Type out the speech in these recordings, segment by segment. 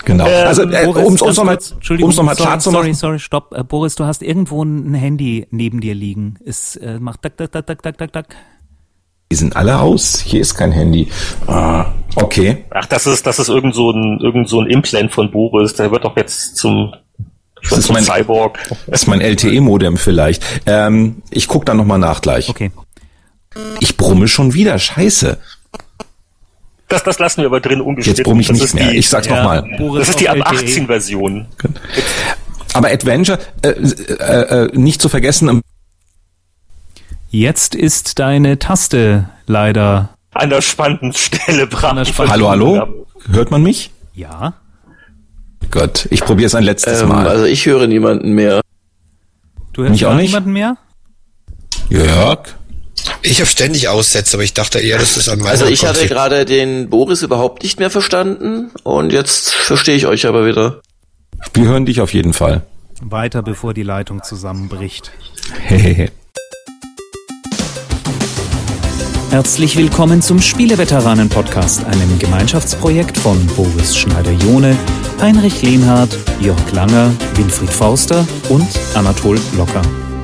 Genau. Also um es nochmal klar zu machen. Sorry, stopp. Boris, du hast irgendwo ein Handy neben dir liegen. Es macht tak, tak, tak, tak, tak, tak, tak. Die sind alle aus. Hier ist kein Handy. Okay. Ach, das ist irgend so ein Implant von Boris. Der wird doch jetzt zum Cyborg. Das ist mein LTE-Modem vielleicht. Ich guck da nochmal nach gleich. Okay. Ich brumme schon wieder. Scheiße. Das lassen wir aber drin ungeschnitten. Jetzt brumme ich nicht mehr. Ich sag's nochmal. Das ist die ab 18 Version. Aber Adventure, nicht zu vergessen. Jetzt ist deine Taste leider an der spannenden Stelle brav. Hallo? Hört man mich? Ja. Gott, ich probiere es ein letztes Mal. Also ich höre niemanden mehr. Du hörst mich auch nicht? Niemanden mehr? Jörg? Ich habe ständig Aussätze, aber ich dachte eher, das ist an meiner Also ich hatte gerade den Boris überhaupt nicht mehr verstanden und jetzt verstehe ich euch aber wieder. Wir hören dich auf jeden Fall. Weiter, bevor die Leitung zusammenbricht. Hehehe. Herzlich willkommen zum Spieleveteranen-Podcast, einem Gemeinschaftsprojekt von Boris Schneider-Johne, Heinrich Lehnhardt, Jörg Langer, Winfried Forster und Anatol Locker.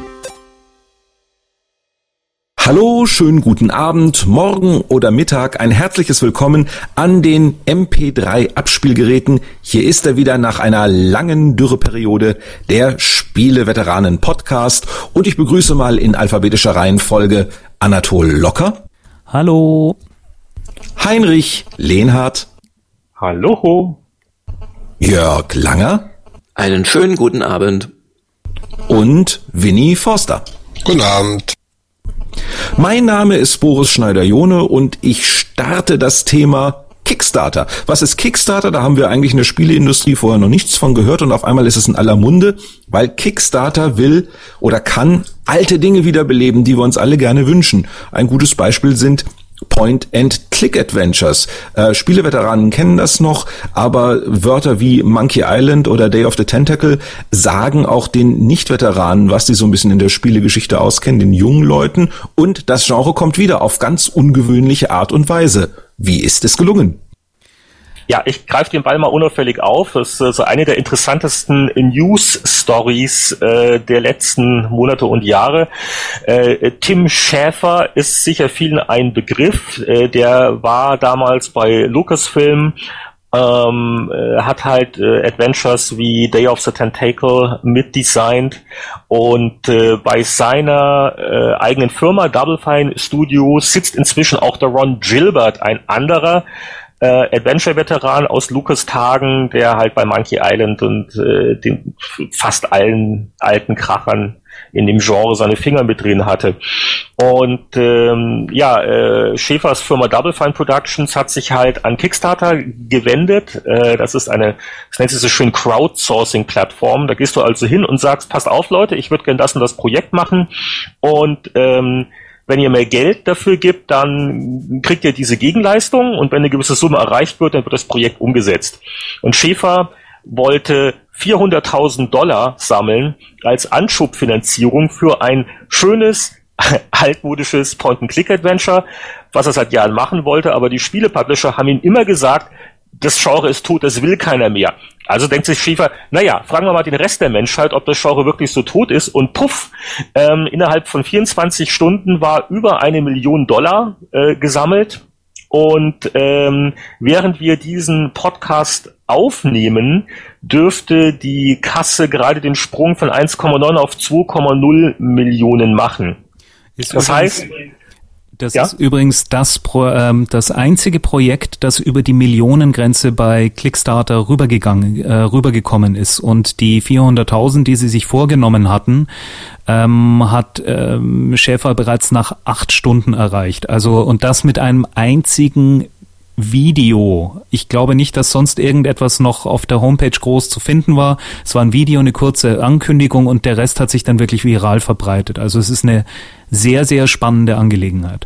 Hallo, schönen guten Abend, Morgen oder Mittag, ein herzliches Willkommen an den MP3-Abspielgeräten. Hier ist er wieder nach einer langen Dürreperiode, der Spieleveteranen-Podcast. Und ich begrüße mal in alphabetischer Reihenfolge Anatol Locker. Hallo. Heinrich Lehnhardt. Hallo. Jörg Langer. Einen schönen guten Abend. Und Winnie Forster. Guten Abend. Mein Name ist Boris Schneider-Johne und ich starte das Thema Kickstarter. Was ist Kickstarter? Da haben wir eigentlich in der Spieleindustrie vorher noch nichts von gehört und auf einmal ist es in aller Munde, weil Kickstarter will oder kann alte Dinge wiederbeleben, die wir uns alle gerne wünschen. Ein gutes Beispiel sind Point-and-Click-Adventures. Spieleveteranen kennen das noch, aber Wörter wie Monkey Island oder Day of the Tentacle sagen auch den Nicht-Veteranen, was die so ein bisschen in der Spielegeschichte auskennen, den jungen Leuten. Und das Genre kommt wieder auf ganz ungewöhnliche Art und Weise. Wie ist es gelungen? Ja, ich greife den Ball mal unauffällig auf. Das ist so eine der interessantesten News-Stories der letzten Monate und Jahre. Tim Schafer ist sicher vielen ein Begriff. Der war damals bei Lucasfilm, hat halt Adventures wie Day of the Tentacle mitdesignt und bei seiner eigenen Firma Double Fine Studios sitzt inzwischen auch der Ron Gilbert, ein anderer Adventure-Veteran aus Lucas Tagen, der halt bei Monkey Island und den fast allen alten Krachern in dem Genre seine Finger mit drin hatte. Und Schäfers Firma Double Fine Productions hat sich halt an Kickstarter gewendet. Das nennt sich so schön Crowdsourcing-Plattform. Da gehst du also hin und sagst, passt auf Leute, ich würde gerne das und das Projekt machen und wenn ihr mehr Geld dafür gibt, dann kriegt ihr diese Gegenleistung und wenn eine gewisse Summe erreicht wird, dann wird das Projekt umgesetzt. Und Schafer wollte $400.000 sammeln als Anschubfinanzierung für ein schönes, altmodisches Point-and-Click-Adventure, was er seit Jahren machen wollte, aber die Spielepublisher haben ihm immer gesagt, das Genre ist tot, das will keiner mehr. Also denkt sich Schafer, naja, fragen wir mal den Rest der Menschheit, ob das Genre wirklich so tot ist. Und puff, innerhalb von 24 Stunden war über $1 Million gesammelt. Und während wir diesen Podcast aufnehmen, dürfte die Kasse gerade den Sprung von 1,9 auf 2,0 Millionen machen. Das heißt... Das ist übrigens das einzige Projekt, das über die Millionengrenze bei Kickstarter rübergekommen ist. Und die 400.000, die sie sich vorgenommen hatten, hat Schafer bereits nach 8 Stunden erreicht. Also, und das mit einem einzigen Video. Ich glaube nicht, dass sonst irgendetwas noch auf der Homepage groß zu finden war. Es war ein Video, eine kurze Ankündigung und der Rest hat sich dann wirklich viral verbreitet. Also es ist eine sehr, sehr spannende Angelegenheit.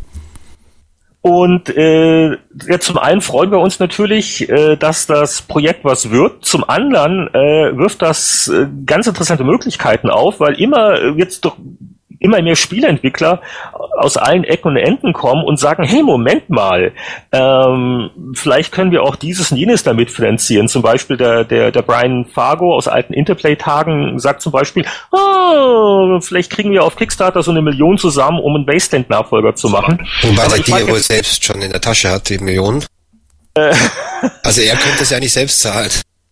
Und zum einen freuen wir uns natürlich, dass das Projekt was wird. Zum anderen wirft das ganz interessante Möglichkeiten auf, weil immer jetzt doch immer mehr Spieleentwickler aus allen Ecken und Enden kommen und sagen, hey, Moment mal, vielleicht können wir auch dieses und jenes damit finanzieren. Zum Beispiel der Brian Fargo aus alten Interplay-Tagen sagt zum Beispiel, vielleicht kriegen wir auf Kickstarter so 1 Million zusammen, um einen Wasteland-Nachfolger zu machen. Wobei der die wohl selbst schon in der Tasche hat, die Millionen. Also er könnte es ja nicht selbst zahlen.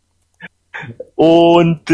Und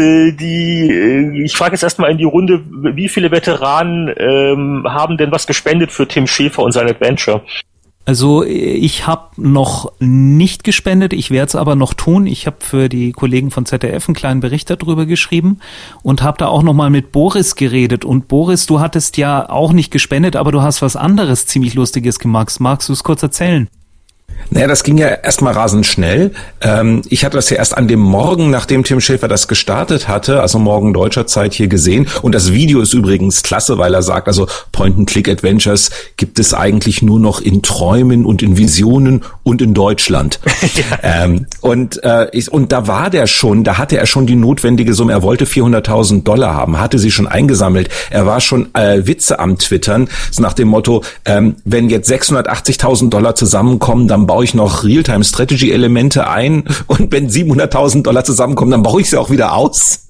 ich frage jetzt erstmal in die Runde, wie viele Veteranen haben denn was gespendet für Tim Schäfer und sein Adventure? Also ich habe noch nicht gespendet, ich werde es aber noch tun. Ich habe für die Kollegen von ZDF einen kleinen Bericht darüber geschrieben und habe da auch nochmal mit Boris geredet. Und Boris, du hattest ja auch nicht gespendet, aber du hast was anderes ziemlich Lustiges gemacht. Magst du es kurz erzählen? Naja, das ging ja erstmal rasend schnell. Ich hatte das ja erst an dem Morgen, nachdem Tim Schäfer das gestartet hatte, also morgen deutscher Zeit, hier gesehen. Und das Video ist übrigens klasse, weil er sagt, also Point-and-Click-Adventures gibt es eigentlich nur noch in Träumen und in Visionen und in Deutschland. Ja. Und da hatte er schon die notwendige Summe. Er wollte $400.000 haben, hatte sie schon eingesammelt. Er war schon Witze am Twittern, so nach dem Motto, wenn jetzt $680.000 zusammenkommen, dann baue ich noch Realtime-Strategy-Elemente ein und wenn $700.000 zusammenkommen, dann baue ich sie auch wieder aus.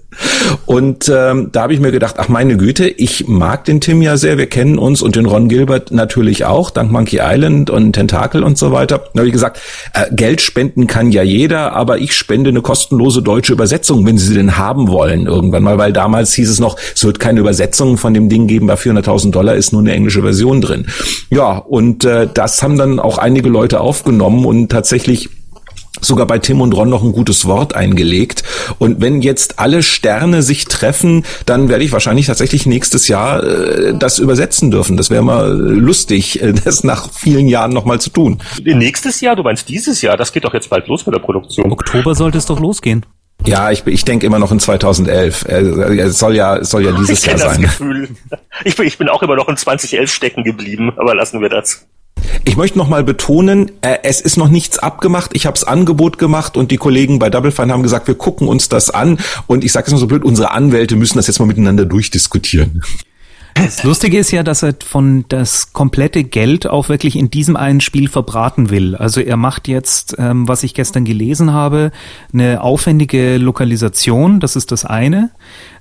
Und da habe ich mir gedacht, ach meine Güte, ich mag den Tim ja sehr, wir kennen uns und den Ron Gilbert natürlich auch, dank Monkey Island und Tentakel und so weiter. Da habe ich gesagt, Geld spenden kann ja jeder, aber ich spende eine kostenlose deutsche Übersetzung, wenn Sie sie denn haben wollen irgendwann mal, weil damals hieß es noch, es wird keine Übersetzung von dem Ding geben, bei $400.000 ist nur eine englische Version drin. Ja, und das haben dann auch einige Leute aufgenommen und tatsächlich sogar bei Tim und Ron noch ein gutes Wort eingelegt. Und wenn jetzt alle Sterne sich treffen, dann werde ich wahrscheinlich tatsächlich nächstes Jahr das übersetzen dürfen. Das wäre mal lustig, das nach vielen Jahren nochmal zu tun. Nächstes Jahr? Du meinst dieses Jahr? Das geht doch jetzt bald los mit der Produktion. Oktober sollte es doch losgehen. Ja, ich denke immer noch in 2011. Es soll ja dieses Jahr sein. Gefühl. Ich bin auch immer noch in 2011 stecken geblieben, aber lassen wir das. Ich möchte noch mal betonen, es ist noch nichts abgemacht. Ich habe das Angebot gemacht und die Kollegen bei Double Fine haben gesagt, wir gucken uns das an. Und ich sage es mal so blöd, unsere Anwälte müssen das jetzt mal miteinander durchdiskutieren. Das Lustige ist ja, dass er von das komplette Geld auch wirklich in diesem einen Spiel verbraten will. Also er macht jetzt, was ich gestern gelesen habe, eine aufwendige Lokalisation, das ist das eine.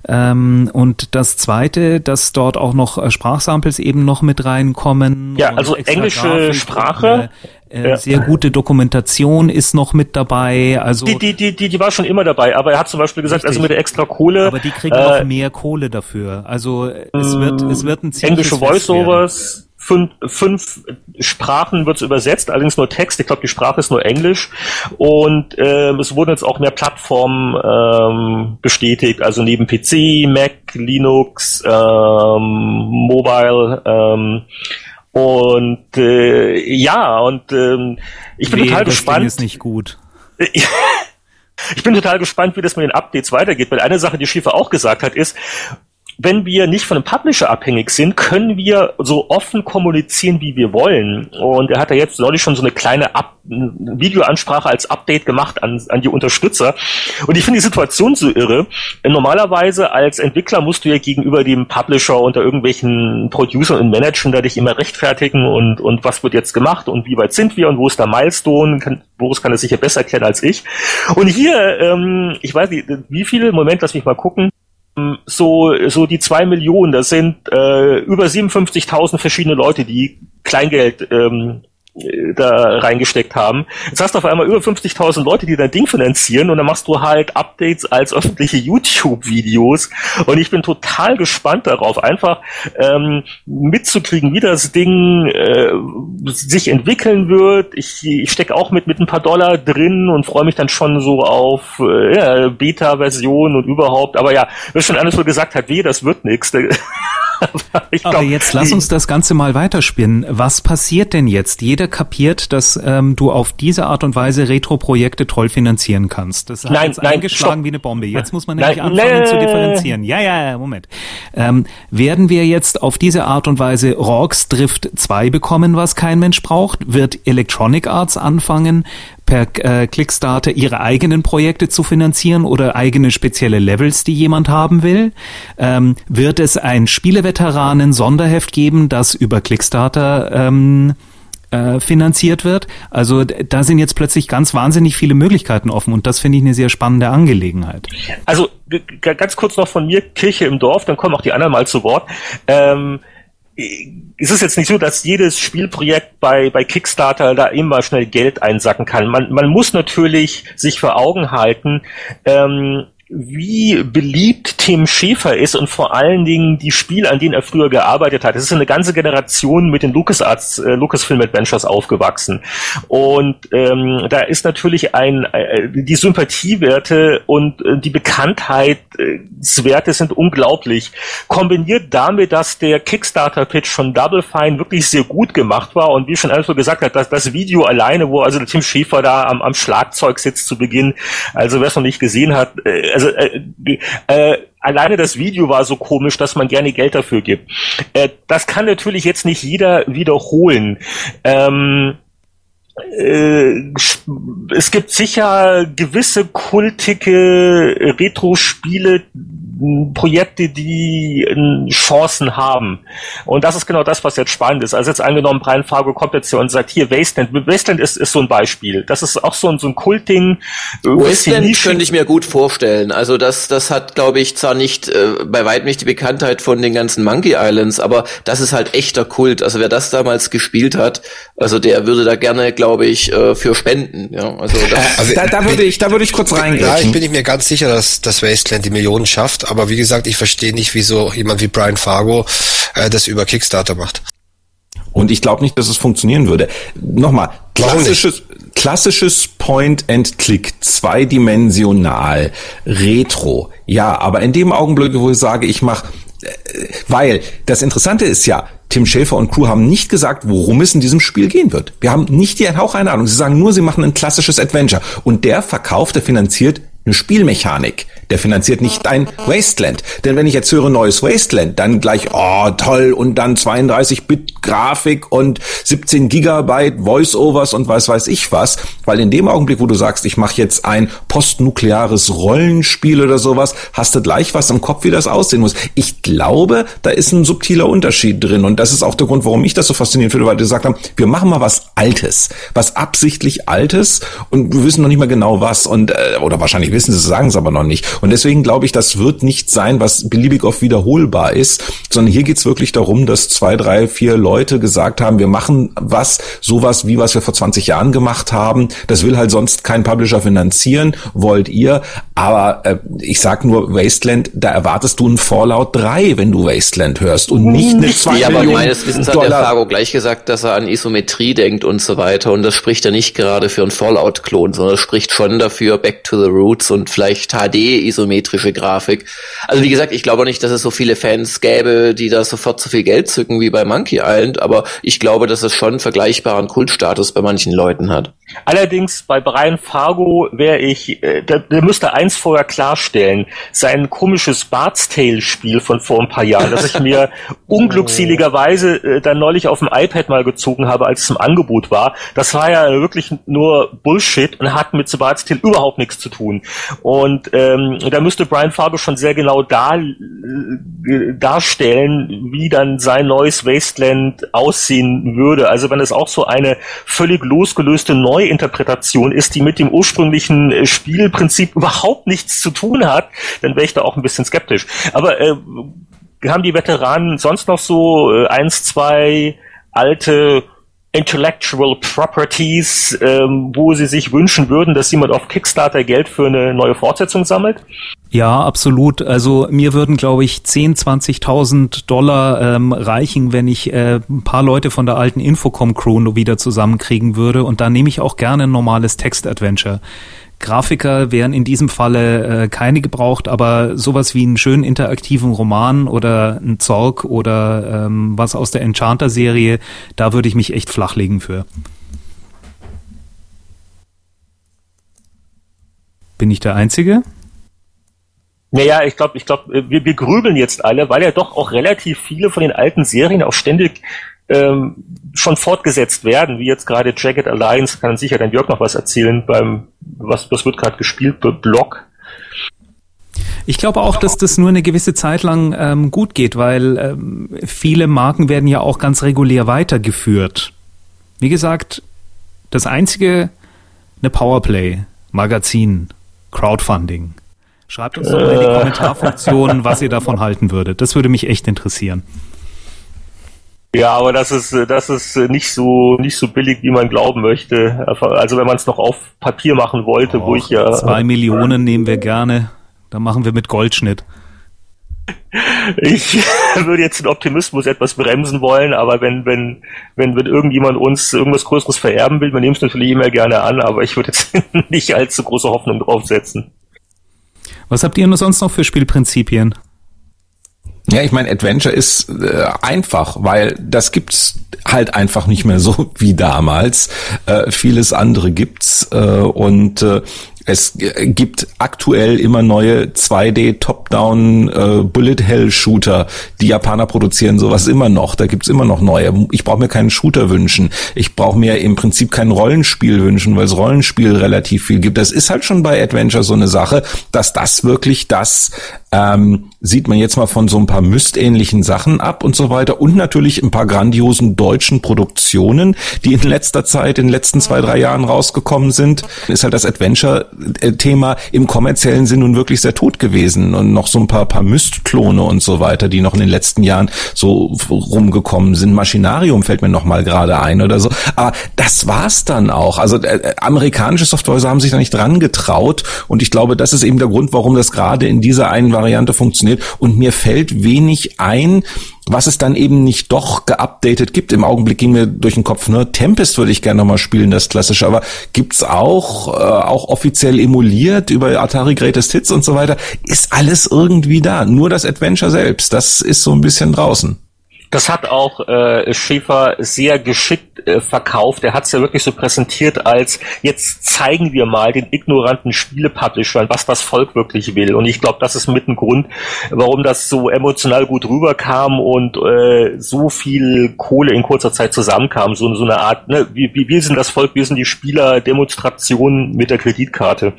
Und das zweite, dass dort auch noch Sprachsamples eben noch mit reinkommen. Ja, also englische Sprache. Sehr gute Dokumentation ist noch mit dabei. Also die war schon immer dabei, aber er hat zum Beispiel gesagt, richtig, also mit der extra Kohle. Aber die kriegen noch mehr Kohle dafür. Also es wird ein ziemliches englische Voiceovers. 5 Sprachen wird's übersetzt, allerdings nur Text. Ich glaube, die Sprache ist nur Englisch. Und es wurden jetzt auch mehr Plattformen bestätigt, also neben PC, Mac, Linux, Mobile. Ich bin total gespannt. Ding ist nicht gut. Ich bin total gespannt, wie das mit den Updates weitergeht, weil eine Sache, die Schäfer auch gesagt hat, ist, wenn wir nicht von einem Publisher abhängig sind, können wir so offen kommunizieren, wie wir wollen. Und er hat ja jetzt neulich schon so eine kleine Videoansprache als Update gemacht an die Unterstützer. Und ich finde die Situation so irre. Normalerweise als Entwickler musst du ja gegenüber dem Publisher unter irgendwelchen Producern und Managern da dich immer rechtfertigen und was wird jetzt gemacht und wie weit sind wir und wo ist der Milestone. Boris kann das sicher besser erklären als ich. Und hier, ich weiß nicht, wie viele, Moment, lass mich mal gucken. So die 2 Millionen, das sind über 57.000 verschiedene Leute, die Kleingeld da reingesteckt haben. Jetzt hast du auf einmal über 50.000 Leute, die dein Ding finanzieren und dann machst du halt Updates als öffentliche YouTube-Videos und ich bin total gespannt darauf, einfach mitzukriegen, wie das Ding sich entwickeln wird. Ich stecke auch mit ein paar $, drin und freue mich dann schon so auf Beta-Version und überhaupt. Aber ja, wie schon alles so gesagt hat, das wird nix. Aber jetzt lass uns das Ganze mal weiterspinnen. Was passiert denn jetzt? Jeder kapiert, dass du auf diese Art und Weise Retro-Projekte toll finanzieren kannst. Das hat jetzt eingeschlagen wie eine Bombe. Jetzt muss man nämlich anfangen zu differenzieren. Ja, Moment. Werden wir jetzt auf diese Art und Weise Rorke's Drift 2 bekommen, was kein Mensch braucht? Wird Electronic Arts anfangen, per Kickstarter ihre eigenen Projekte zu finanzieren oder eigene spezielle Levels, die jemand haben will? Wird es ein Spieleveteranen-Sonderheft geben, das über Kickstarter finanziert wird? Also da sind jetzt plötzlich ganz wahnsinnig viele Möglichkeiten offen und das finde ich eine sehr spannende Angelegenheit. Also ganz kurz noch von mir, Kirche im Dorf, dann kommen auch die anderen mal zu Wort. Es ist jetzt nicht so, dass jedes Spielprojekt bei Kickstarter da immer schnell Geld einsacken kann. Man muss natürlich sich vor Augen halten, wie beliebt Tim Schafer ist und vor allen Dingen die Spiele, an denen er früher gearbeitet hat. Es ist eine ganze Generation mit den Lucasfilm Adventures aufgewachsen. Und da ist natürlich die Sympathiewerte und die Bekanntheitswerte sind unglaublich. Kombiniert damit, dass der Kickstarter-Pitch von Double Fine wirklich sehr gut gemacht war und wie schon Alfred gesagt hat, dass das Video alleine, wo also der Tim Schafer da am Schlagzeug sitzt zu Beginn, also wer es noch nicht gesehen hat, alleine das Video war so komisch, dass man gerne Geld dafür gibt. Das kann natürlich jetzt nicht jeder wiederholen. Es gibt sicher gewisse kultige Retro-Spiele, Projekte, die Chancen haben. Und das ist genau das, was jetzt spannend ist. Also jetzt angenommen, Brian Fargo kommt jetzt hier und sagt, hier, Wasteland. Wasteland ist so ein Beispiel. Das ist auch so ein Kultding. Wasteland könnte ich mir gut vorstellen. Also das hat, glaube ich, zwar nicht, bei weitem nicht die Bekanntheit von den ganzen Monkey Islands, aber das ist halt echter Kult. Also wer das damals gespielt hat, also der würde da gerne, glaube ich, für spenden. Ja, also da würde ich kurz reingehen. Ja, ich bin mir ganz sicher, dass das Wasteland die Millionen schafft. Aber wie gesagt, ich verstehe nicht, wieso jemand wie Brian Fargo das über Kickstarter macht. Und ich glaube nicht, dass es funktionieren würde. Nochmal, klassisches Point-and-Click, zweidimensional, Retro. Ja, aber in dem Augenblick, wo ich sage, ich mache, weil das Interessante ist ja, Tim Schafer und Crew haben nicht gesagt, worum es in diesem Spiel gehen wird. Wir haben nicht die Hauch einer Ahnung. Sie sagen nur, sie machen ein klassisches Adventure. Und der finanziert eine Spielmechanik. Der finanziert nicht ein Wasteland. Denn wenn ich jetzt höre neues Wasteland, dann gleich, oh toll, und dann 32-Bit-Grafik und 17 Gigabyte Voice-Overs und weiß ich was. Weil in dem Augenblick, wo du sagst, ich mache jetzt ein postnukleares Rollenspiel oder sowas, hast du gleich was im Kopf, wie das aussehen muss. Ich glaube, da ist ein subtiler Unterschied drin. Und das ist auch der Grund, warum ich das so faszinierend finde, weil die gesagt haben, wir machen mal was Altes. Was absichtlich Altes und wir wissen noch nicht mal genau was. Und oder wahrscheinlich wissen sie es, sagen es aber noch nicht. Und deswegen glaube ich, das wird nicht sein, was beliebig oft wiederholbar ist, sondern hier geht's wirklich darum, dass 2, 3, 4 Leute gesagt haben, wir machen sowas wie was wir vor 20 Jahren gemacht haben. Das will halt sonst kein Publisher finanzieren, wollt ihr. Aber ich sag nur, Wasteland, da erwartest du ein Fallout 3, wenn du Wasteland hörst und nicht eine 2 Millionen aber meines Wissens hat der Fargo gleich gesagt, dass er an Isometrie denkt und so weiter. Und das spricht ja nicht gerade für einen Fallout-Klon, sondern das spricht schon dafür, Back to the Roots und vielleicht HD-isometrische Grafik. Also wie gesagt, ich glaube nicht, dass es so viele Fans gäbe, die da sofort so viel Geld zücken wie bei Monkey Island, aber ich glaube, dass es schon einen vergleichbaren Kultstatus bei manchen Leuten hat. Allerdings bei Brian Fargo der müsste eins vorher klarstellen, sein komisches Bard's Tale-Spiel von vor ein paar Jahren, das ich mir unglückseligerweise dann neulich auf dem iPad mal gezogen habe, als es im Angebot war, das war ja wirklich nur Bullshit und hat mit Bard's Tale überhaupt nichts zu tun. Und da müsste Brian Fargo schon sehr genau darstellen, wie dann sein neues Wasteland aussehen würde. Also wenn es auch so eine völlig losgelöste Neuinterpretation ist, die mit dem ursprünglichen Spielprinzip überhaupt nichts zu tun hat, dann wäre ich da auch ein bisschen skeptisch. Aber haben die Veteranen sonst noch so 1, 2 alte Intellectual Properties, wo sie sich wünschen würden, dass jemand auf Kickstarter Geld für eine neue Fortsetzung sammelt? Ja, absolut. Also mir würden, glaube ich, 10.000, 20.000 Dollar reichen, wenn ich ein paar Leute von der alten Infocom-Crew wieder zusammenkriegen würde. Und da nehme ich auch gerne ein normales Text-Adventure. Grafiker wären in diesem Falle keine gebraucht, aber sowas wie einen schönen interaktiven Roman oder ein Zorg oder was aus der Enchanter-Serie, da würde ich mich echt flachlegen für. Bin ich der Einzige? Naja, ich glaube, wir grübeln jetzt alle, weil ja doch auch relativ viele von den alten Serien auch ständig schon fortgesetzt werden, wie jetzt gerade Jagged Alliance, kann sicher dann Jörg noch was erzählen, was wird gerade gespielt, Block. Ich glaube auch, dass das nur eine gewisse Zeit lang gut geht, weil viele Marken werden ja auch ganz regulär weitergeführt. Wie gesagt, das einzige, eine Powerplay, Magazin, Crowdfunding. Schreibt uns doch mal in die Kommentarfunktion, was ihr davon halten würdet. Das würde mich echt interessieren. Ja, aber das ist nicht so billig, wie man glauben möchte. Also wenn man es noch auf Papier machen wollte, wo ich ja 2 Millionen nehmen wir gerne. Da machen wir mit Goldschnitt. Ich würde jetzt den Optimismus etwas bremsen wollen, aber wenn irgendjemand uns irgendwas Größeres vererben will, wir nehmen es natürlich immer gerne an, aber ich würde jetzt nicht allzu große Hoffnung draufsetzen. Was habt ihr sonst noch für Spielprinzipien? Ja, ich meine, Adventure ist einfach, weil das gibt's halt einfach nicht mehr so wie damals. Vieles andere gibt's und es gibt aktuell immer neue 2D Top-Down Bullet-Hell-Shooter. Die Japaner produzieren sowas immer noch. Da gibt's immer noch neue. Ich brauche mir keinen Shooter wünschen. Ich brauche mir im Prinzip kein Rollenspiel wünschen, weil es Rollenspiel relativ viel gibt. Das ist halt schon bei Adventure so eine Sache, dass das wirklich sieht man jetzt mal von so ein paar Myst-ähnlichen Sachen ab und so weiter und natürlich ein paar grandiosen deutschen Produktionen, die in letzter Zeit, in den letzten 2-3 Jahren rausgekommen sind, ist halt das Adventure-Thema im kommerziellen Sinn nun wirklich sehr tot gewesen und noch so ein paar Myst-Klone und so weiter, die noch in den letzten Jahren so rumgekommen sind. Machinarium fällt mir noch mal gerade ein oder so. Aber das war's dann auch. Also amerikanische Softwarehäuser haben sich da nicht dran getraut und ich glaube, das ist eben der Grund, warum das gerade in dieser einen Variante funktioniert und mir fällt wenig ein, was es dann eben nicht doch geupdatet gibt. Im Augenblick ging mir durch den Kopf, ne, Tempest würde ich gerne nochmal spielen, das klassische, aber gibt's auch offiziell emuliert über Atari Greatest Hits und so weiter, ist alles irgendwie da. Nur das Adventure selbst, das ist so ein bisschen draußen. Das hat auch Schäfer sehr geschickt verkauft. Er hat es ja wirklich so präsentiert als, jetzt zeigen wir mal den ignoranten Spielepublishern, was das Volk wirklich will. Und ich glaube, das ist mit ein Grund, warum das so emotional gut rüberkam und so viel Kohle in kurzer Zeit zusammenkam. So eine Art, ne, wir sind das Volk, wir sind die Spieler, Demonstration mit der Kreditkarte.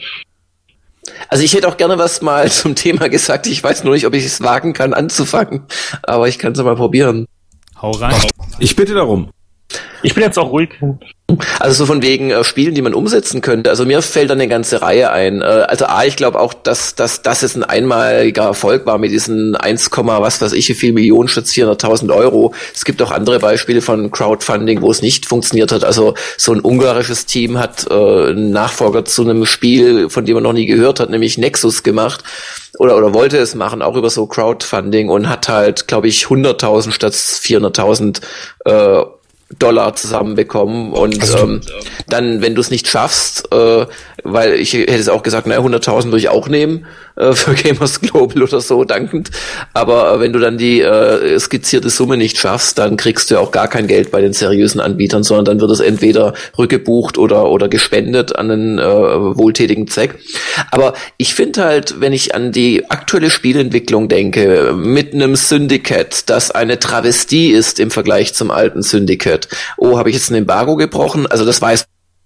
Also ich hätte auch gerne was mal zum Thema gesagt. Ich weiß nur nicht, ob ich es wagen kann, anzufangen. Aber ich kann es ja mal probieren. Hau rein. Ich bitte darum. Ich bin jetzt auch ruhig. Also so von wegen Spielen, die man umsetzen könnte. Also mir fällt da eine ganze Reihe ein. Also ich glaube auch, dass das jetzt ein einmaliger Erfolg war mit diesen 1, was weiß ich, wie viel Millionen statt 400.000 Euro. Es gibt auch andere Beispiele von Crowdfunding, wo es nicht funktioniert hat. Also so ein ungarisches Team hat einen Nachfolger zu einem Spiel, von dem man noch nie gehört hat, nämlich Nexus gemacht. Oder wollte es machen, auch über so Crowdfunding und hat halt, glaube ich, 100.000 statt 400.000 Dollar zusammenbekommen und dann, wenn du es nicht schaffst, weil ich hätte es auch gesagt, 100.000 würde ich auch nehmen für Gamers Global oder so, dankend, aber wenn du dann die skizzierte Summe nicht schaffst, dann kriegst du ja auch gar kein Geld bei den seriösen Anbietern, sondern dann wird es entweder rückgebucht oder gespendet an einen wohltätigen Zweck. Aber ich finde halt, wenn ich an die aktuelle Spielentwicklung denke, mit einem Syndicate, das eine Travestie ist im Vergleich zum alten Syndicate. Oh, habe ich jetzt ein Embargo gebrochen? Also das weiß.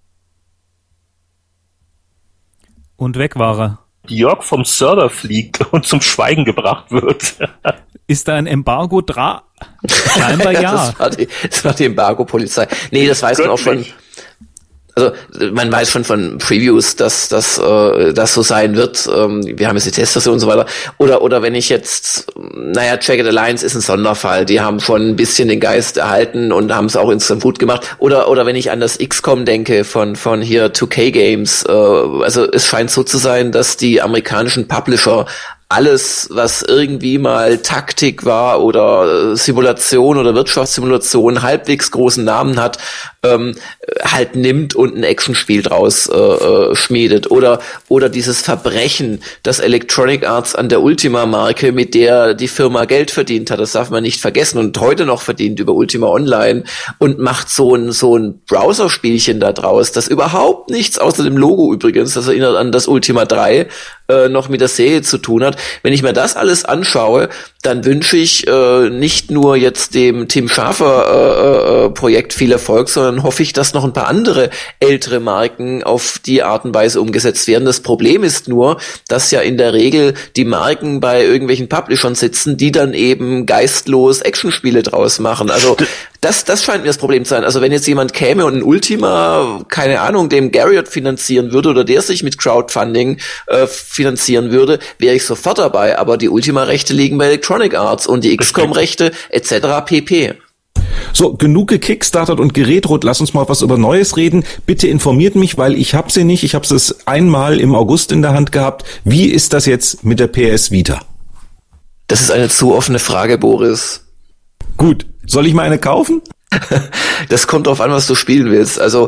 Und weg war er. Jörg vom Server fliegt und zum Schweigen gebracht wird. Ist da ein Embargo Scheinbar ja. Das war die Embargo-Polizei. Nee, das weiß man auch schon. Also man weiß schon von Previews, dass das so sein wird. Wir haben jetzt die Testversion und so weiter. Oder wenn ich jetzt, Jagged Alliance ist ein Sonderfall. Die haben schon ein bisschen den Geist erhalten und haben es auch insgesamt gut gemacht. Oder wenn ich an das XCOM denke von hier 2K Games. Also es scheint so zu sein, dass die amerikanischen Publisher alles, was irgendwie mal Taktik war oder Simulation oder Wirtschaftssimulation, halbwegs großen Namen hat, halt nimmt und ein Actionspiel draus schmiedet. Oder dieses Verbrechen, das Electronic Arts an der Ultima-Marke, mit der die Firma Geld verdient hat, das darf man nicht vergessen und heute noch verdient über Ultima Online und macht so ein Browser-Spielchen da draus, das überhaupt nichts außer dem Logo übrigens, das erinnert an das Ultima 3, noch mit der Serie zu tun hat. Wenn ich mir das alles anschaue, dann wünsche ich nicht nur jetzt dem Tim Schafer Projekt viel Erfolg, sondern hoffe ich, dass noch ein paar andere ältere Marken auf die Art und Weise umgesetzt werden. Das Problem ist nur, dass ja in der Regel die Marken bei irgendwelchen Publishern sitzen, die dann eben geistlos Actionspiele draus machen. Also das scheint mir das Problem zu sein. Also wenn jetzt jemand käme und ein Ultima, keine Ahnung, dem Garriott finanzieren würde oder der sich mit Crowdfunding finanzieren würde, wäre ich sofort dabei. Aber die Ultima-Rechte liegen bei Electronic Arts und die XCOM-Rechte etc. pp. So, genug gekickstartert und geretrot, lass uns mal was über Neues reden. Bitte informiert mich, weil ich habe sie nicht. Ich habe es einmal im August in der Hand gehabt. Wie ist das jetzt mit der PS Vita? Das ist eine zu offene Frage, Boris. Gut, soll ich mal eine kaufen? Das kommt drauf an, was du spielen willst. Also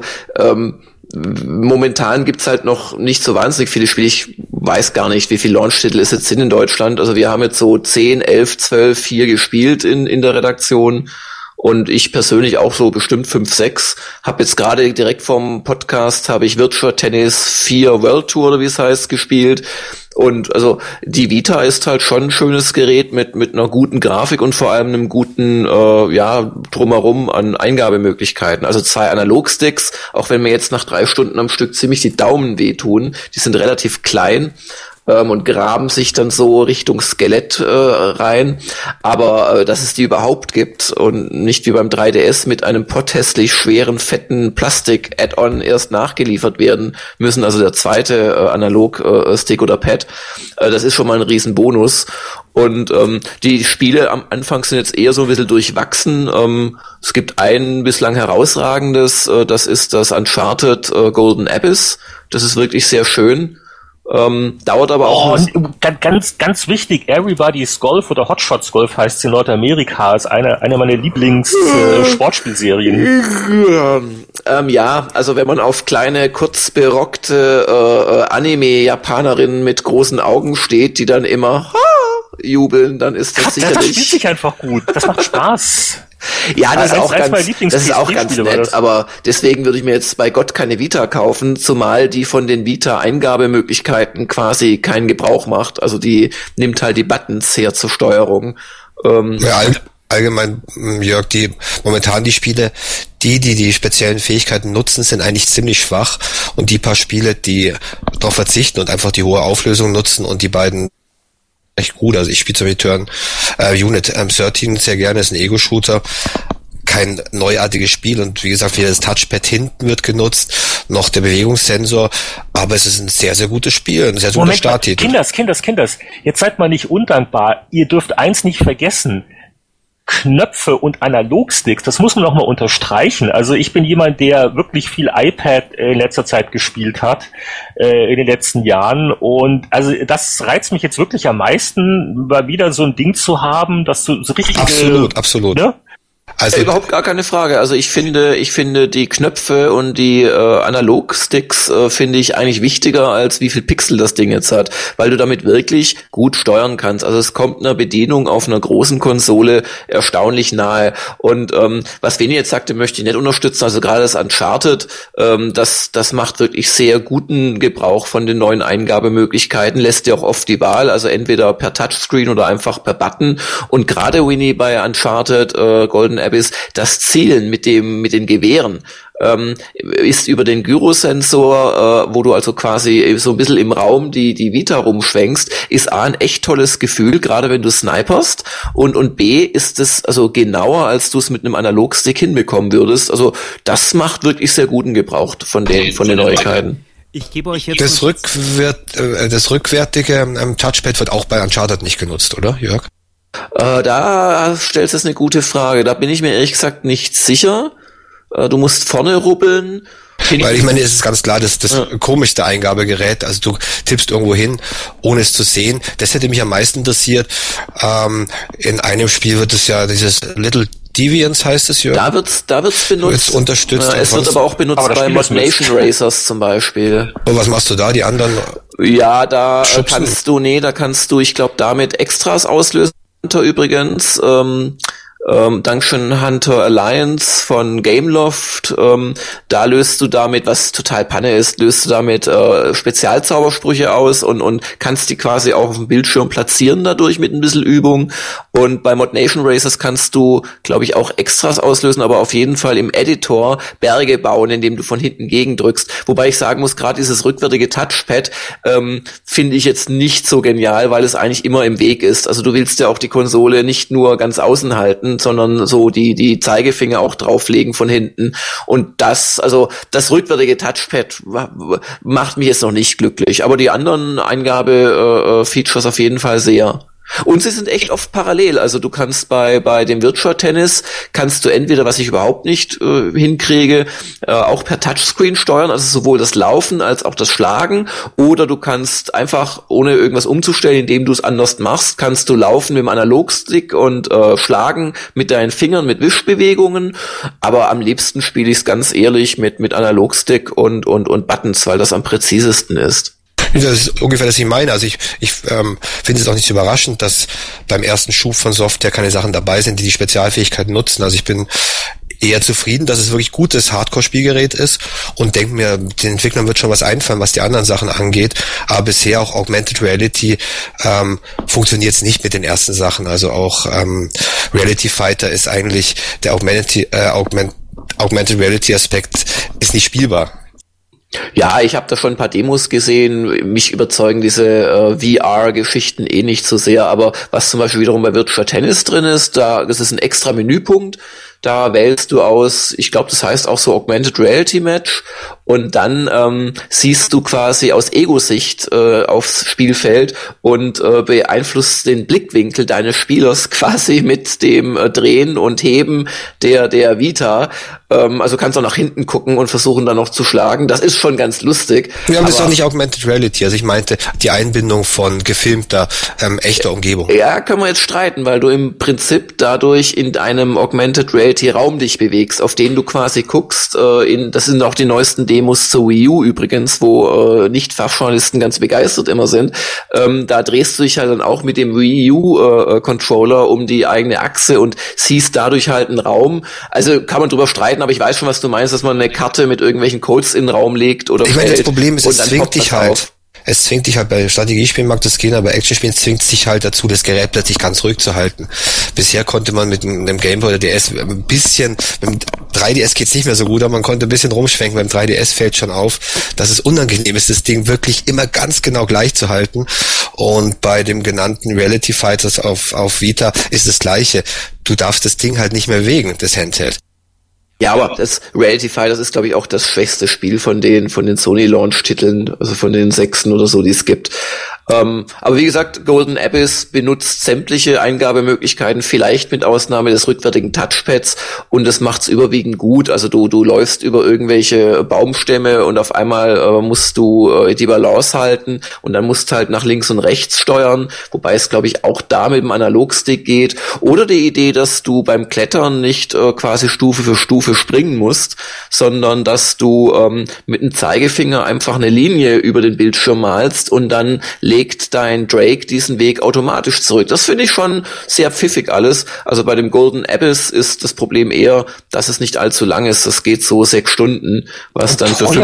momentan gibt's halt noch nicht so wahnsinnig viele Spiele. Ich weiß gar nicht, wie viele Launch-Titel es jetzt sind in Deutschland. Also wir haben jetzt so 10, 11, 12, 4 gespielt in der Redaktion. Und ich persönlich auch so bestimmt 5, 6. Hab jetzt gerade direkt vom Podcast habe ich Virtua Tennis 4 World Tour oder wie es heißt gespielt. Und also die Vita ist halt schon ein schönes Gerät mit einer guten Grafik und vor allem einem guten drumherum an Eingabemöglichkeiten. Also 2 Analogsticks, auch wenn mir jetzt nach 3 Stunden am Stück ziemlich die Daumen wehtun. Die sind relativ klein. Und graben sich dann so Richtung Skelett rein. Aber dass es die überhaupt gibt und nicht wie beim 3DS mit einem potthässlich schweren, fetten Plastik-Add-on erst nachgeliefert werden müssen, also der zweite Analog-Stick oder Pad, das ist schon mal ein Riesenbonus. Und die Spiele am Anfang sind jetzt eher so ein bisschen durchwachsen. Es gibt ein bislang herausragendes, das ist das Uncharted Golden Abyss. Das ist wirklich sehr schön. Dauert aber auch. Ganz wichtig, Everybody's Golf oder Hotshots Golf heißt es in Nordamerika, ist eine meiner Lieblings-Sportspielserien. Ja, also wenn man auf kleine, kurz berockte Anime-Japanerinnen mit großen Augen steht, die dann immer jubeln, dann ist das sicherlich... Das spielt sich einfach gut, das macht Spaß. Ja, das ist auch ganz nett, aber deswegen würde ich mir jetzt bei Gott keine Vita kaufen, zumal die von den Vita-Eingabemöglichkeiten quasi keinen Gebrauch macht. Also die nimmt halt die Buttons her zur Steuerung. Ja, allgemein, Jörg, momentan die Spiele, die speziellen Fähigkeiten nutzen, sind eigentlich ziemlich schwach, und die paar Spiele, die darauf verzichten und einfach die hohe Auflösung nutzen und die beiden echt gut. Also ich spiele zum Beispiel Unit 13 sehr gerne, ist ein Ego-Shooter. Kein neuartiges Spiel, und wie gesagt, weder das Touchpad hinten wird genutzt, noch der Bewegungssensor, aber es ist ein sehr, sehr gutes Spiel, ein sehr guter Starttitel. Kinders, jetzt seid mal nicht undankbar. Ihr dürft eins nicht vergessen. Knöpfe und Analogsticks, das muss man noch mal unterstreichen. Also ich bin jemand, der wirklich viel iPad in letzter Zeit gespielt hat, in den letzten Jahren, und also das reizt mich jetzt wirklich am meisten, mal wieder so ein Ding zu haben, dass du so richtig... Absolut. Ne? Also überhaupt gar keine Frage. Also ich finde die Knöpfe und die Analogsticks finde ich eigentlich wichtiger, als wie viel Pixel das Ding jetzt hat, weil du damit wirklich gut steuern kannst. Also es kommt einer Bedienung auf einer großen Konsole erstaunlich nahe. Und was Veni jetzt sagte, möchte ich nicht unterstützen. Also gerade das Uncharted, das macht wirklich sehr guten Gebrauch von den neuen Eingabemöglichkeiten, lässt dir auch oft die Wahl, also entweder per Touchscreen oder einfach per Button. Und gerade Veni bei Uncharted Golden Abyss, das Zielen mit den Gewehren ist über den Gyrosensor, wo du also quasi so ein bisschen im Raum die Vita rumschwenkst, ist A, ein echt tolles Gefühl, gerade wenn du sniperst, und B, ist es also genauer, als du es mit einem Analogstick hinbekommen würdest. Also das macht wirklich sehr guten Gebrauch von den Neuigkeiten. Ich gebe euch jetzt das rückwärtige Touchpad wird auch bei Uncharted nicht genutzt, oder, Jörg? Da stellst du eine gute Frage. Da bin ich mir ehrlich gesagt nicht sicher. Du musst vorne rubbeln. Weil ich meine, es ist ganz klar, das komischste Eingabegerät, also du tippst irgendwo hin, ohne es zu sehen. Das hätte mich am meisten interessiert. In einem Spiel wird es ja dieses Little Deviants heißt es, Jörg. Da wird's benutzt. Unterstützt. Es wird aber auch benutzt bei Mod Nation Racers zum Beispiel. Und was machst du da? Die anderen? Ja, da kannst du, ich glaube, damit Extras auslösen übrigens. Dungeon Hunter Alliance von Gameloft. Da löst du damit, was total Panne ist, Spezialzaubersprüche aus und kannst die quasi auch auf dem Bildschirm platzieren dadurch mit ein bisschen Übung. Und bei Mod Nation Racers kannst du, glaube ich, auch Extras auslösen, aber auf jeden Fall im Editor Berge bauen, indem du von hinten gegendrückst. Wobei ich sagen muss, gerade dieses rückwärtige Touchpad finde ich jetzt nicht so genial, weil es eigentlich immer im Weg ist. Also du willst ja auch die Konsole nicht nur ganz außen halten, sondern so die Zeigefinger auch drauflegen von hinten. Und das rückwärtige Touchpad macht mich jetzt noch nicht glücklich. Aber die anderen Eingabe-Features auf jeden Fall sehr. Und sie sind echt oft parallel. Also du kannst bei dem Virtua Tennis kannst du entweder, was ich überhaupt nicht hinkriege, auch per Touchscreen steuern, also sowohl das Laufen als auch das Schlagen, oder du kannst einfach, ohne irgendwas umzustellen, indem du es anders machst, kannst du laufen mit dem Analogstick und schlagen mit deinen Fingern mit Wischbewegungen. Aber am liebsten spiele ich es ganz ehrlich mit Analogstick und Buttons, weil das am präzisesten ist. Das ist ungefähr das, was ich meine. Also ich finde es auch nicht so überraschend, dass beim ersten Schub von Software keine Sachen dabei sind, die Spezialfähigkeiten nutzen. Also ich bin eher zufrieden, dass es wirklich gutes Hardcore-Spielgerät ist und denke mir, den Entwicklern wird schon was einfallen, was die anderen Sachen angeht. Aber bisher auch Augmented Reality funktioniert es nicht mit den ersten Sachen. Also auch Reality Fighter ist eigentlich, der Augmented Reality Aspekt ist nicht spielbar. Ja, ich habe da schon ein paar Demos gesehen. Mich überzeugen diese VR-Geschichten nicht so sehr. Aber was zum Beispiel wiederum bei Virtua Tennis drin ist, das ist ein extra Menüpunkt. Da wählst du aus, ich glaube, das heißt auch so Augmented Reality Match, und dann siehst du quasi aus Ego-Sicht aufs Spielfeld und beeinflusst den Blickwinkel deines Spielers quasi mit dem Drehen und Heben der Vita. Also kannst auch nach hinten gucken und versuchen dann noch zu schlagen. Das ist schon ganz lustig. Ja, aber das ist doch nicht Augmented Reality. Also ich meinte die Einbindung von gefilmter, echter Umgebung. Ja, können wir jetzt streiten, weil du im Prinzip dadurch in einem Augmented Reality Raum dich bewegst, auf den du quasi guckst. Das sind auch die neuesten Demos zur Wii U übrigens, wo Nicht-Fachjournalisten ganz begeistert immer sind. Da drehst du dich halt dann auch mit dem Wii U Controller um die eigene Achse und siehst dadurch halt einen Raum. Also kann man drüber streiten, aber ich weiß schon, was du meinst, dass man eine Karte mit irgendwelchen Codes in den Raum legt oder. Ich meine, das Problem ist, es zwingt dich halt bei Strategiespielen, mag das gehen, aber Actionspielen zwingt sich halt dazu, das Gerät plötzlich ganz ruhig zu halten. Bisher konnte man mit einem Gameboy oder DS ein bisschen, mit dem 3DS geht's nicht mehr so gut, aber man konnte ein bisschen rumschwenken. Beim 3DS fällt schon auf, dass es unangenehm ist, das Ding wirklich immer ganz genau gleich zu halten. Und bei dem genannten Reality Fighters auf Vita ist das Gleiche. Du darfst das Ding halt nicht mehr bewegen, das Handheld. Ja, aber das Reality Fighters ist, glaube ich, auch das schwächste Spiel von den Sony-Launch-Titeln, also von den 6 oder so, die es gibt. Aber wie gesagt, Golden Abyss benutzt sämtliche Eingabemöglichkeiten, vielleicht mit Ausnahme des rückwärtigen Touchpads, und das macht's überwiegend gut. Also du läufst über irgendwelche Baumstämme und auf einmal musst du die Balance halten und dann musst halt nach links und rechts steuern, wobei es, glaube ich, auch da mit dem Analogstick geht. Oder die Idee, dass du beim Klettern nicht quasi Stufe für Stufe springen musst, sondern dass du mit dem Zeigefinger einfach eine Linie über den Bildschirm malst und dann legt dein Drake diesen Weg automatisch zurück. Das finde ich schon sehr pfiffig alles. Also bei dem Golden Abyss ist das Problem eher, dass es nicht allzu lang ist. Das geht so 6 Stunden, was dann für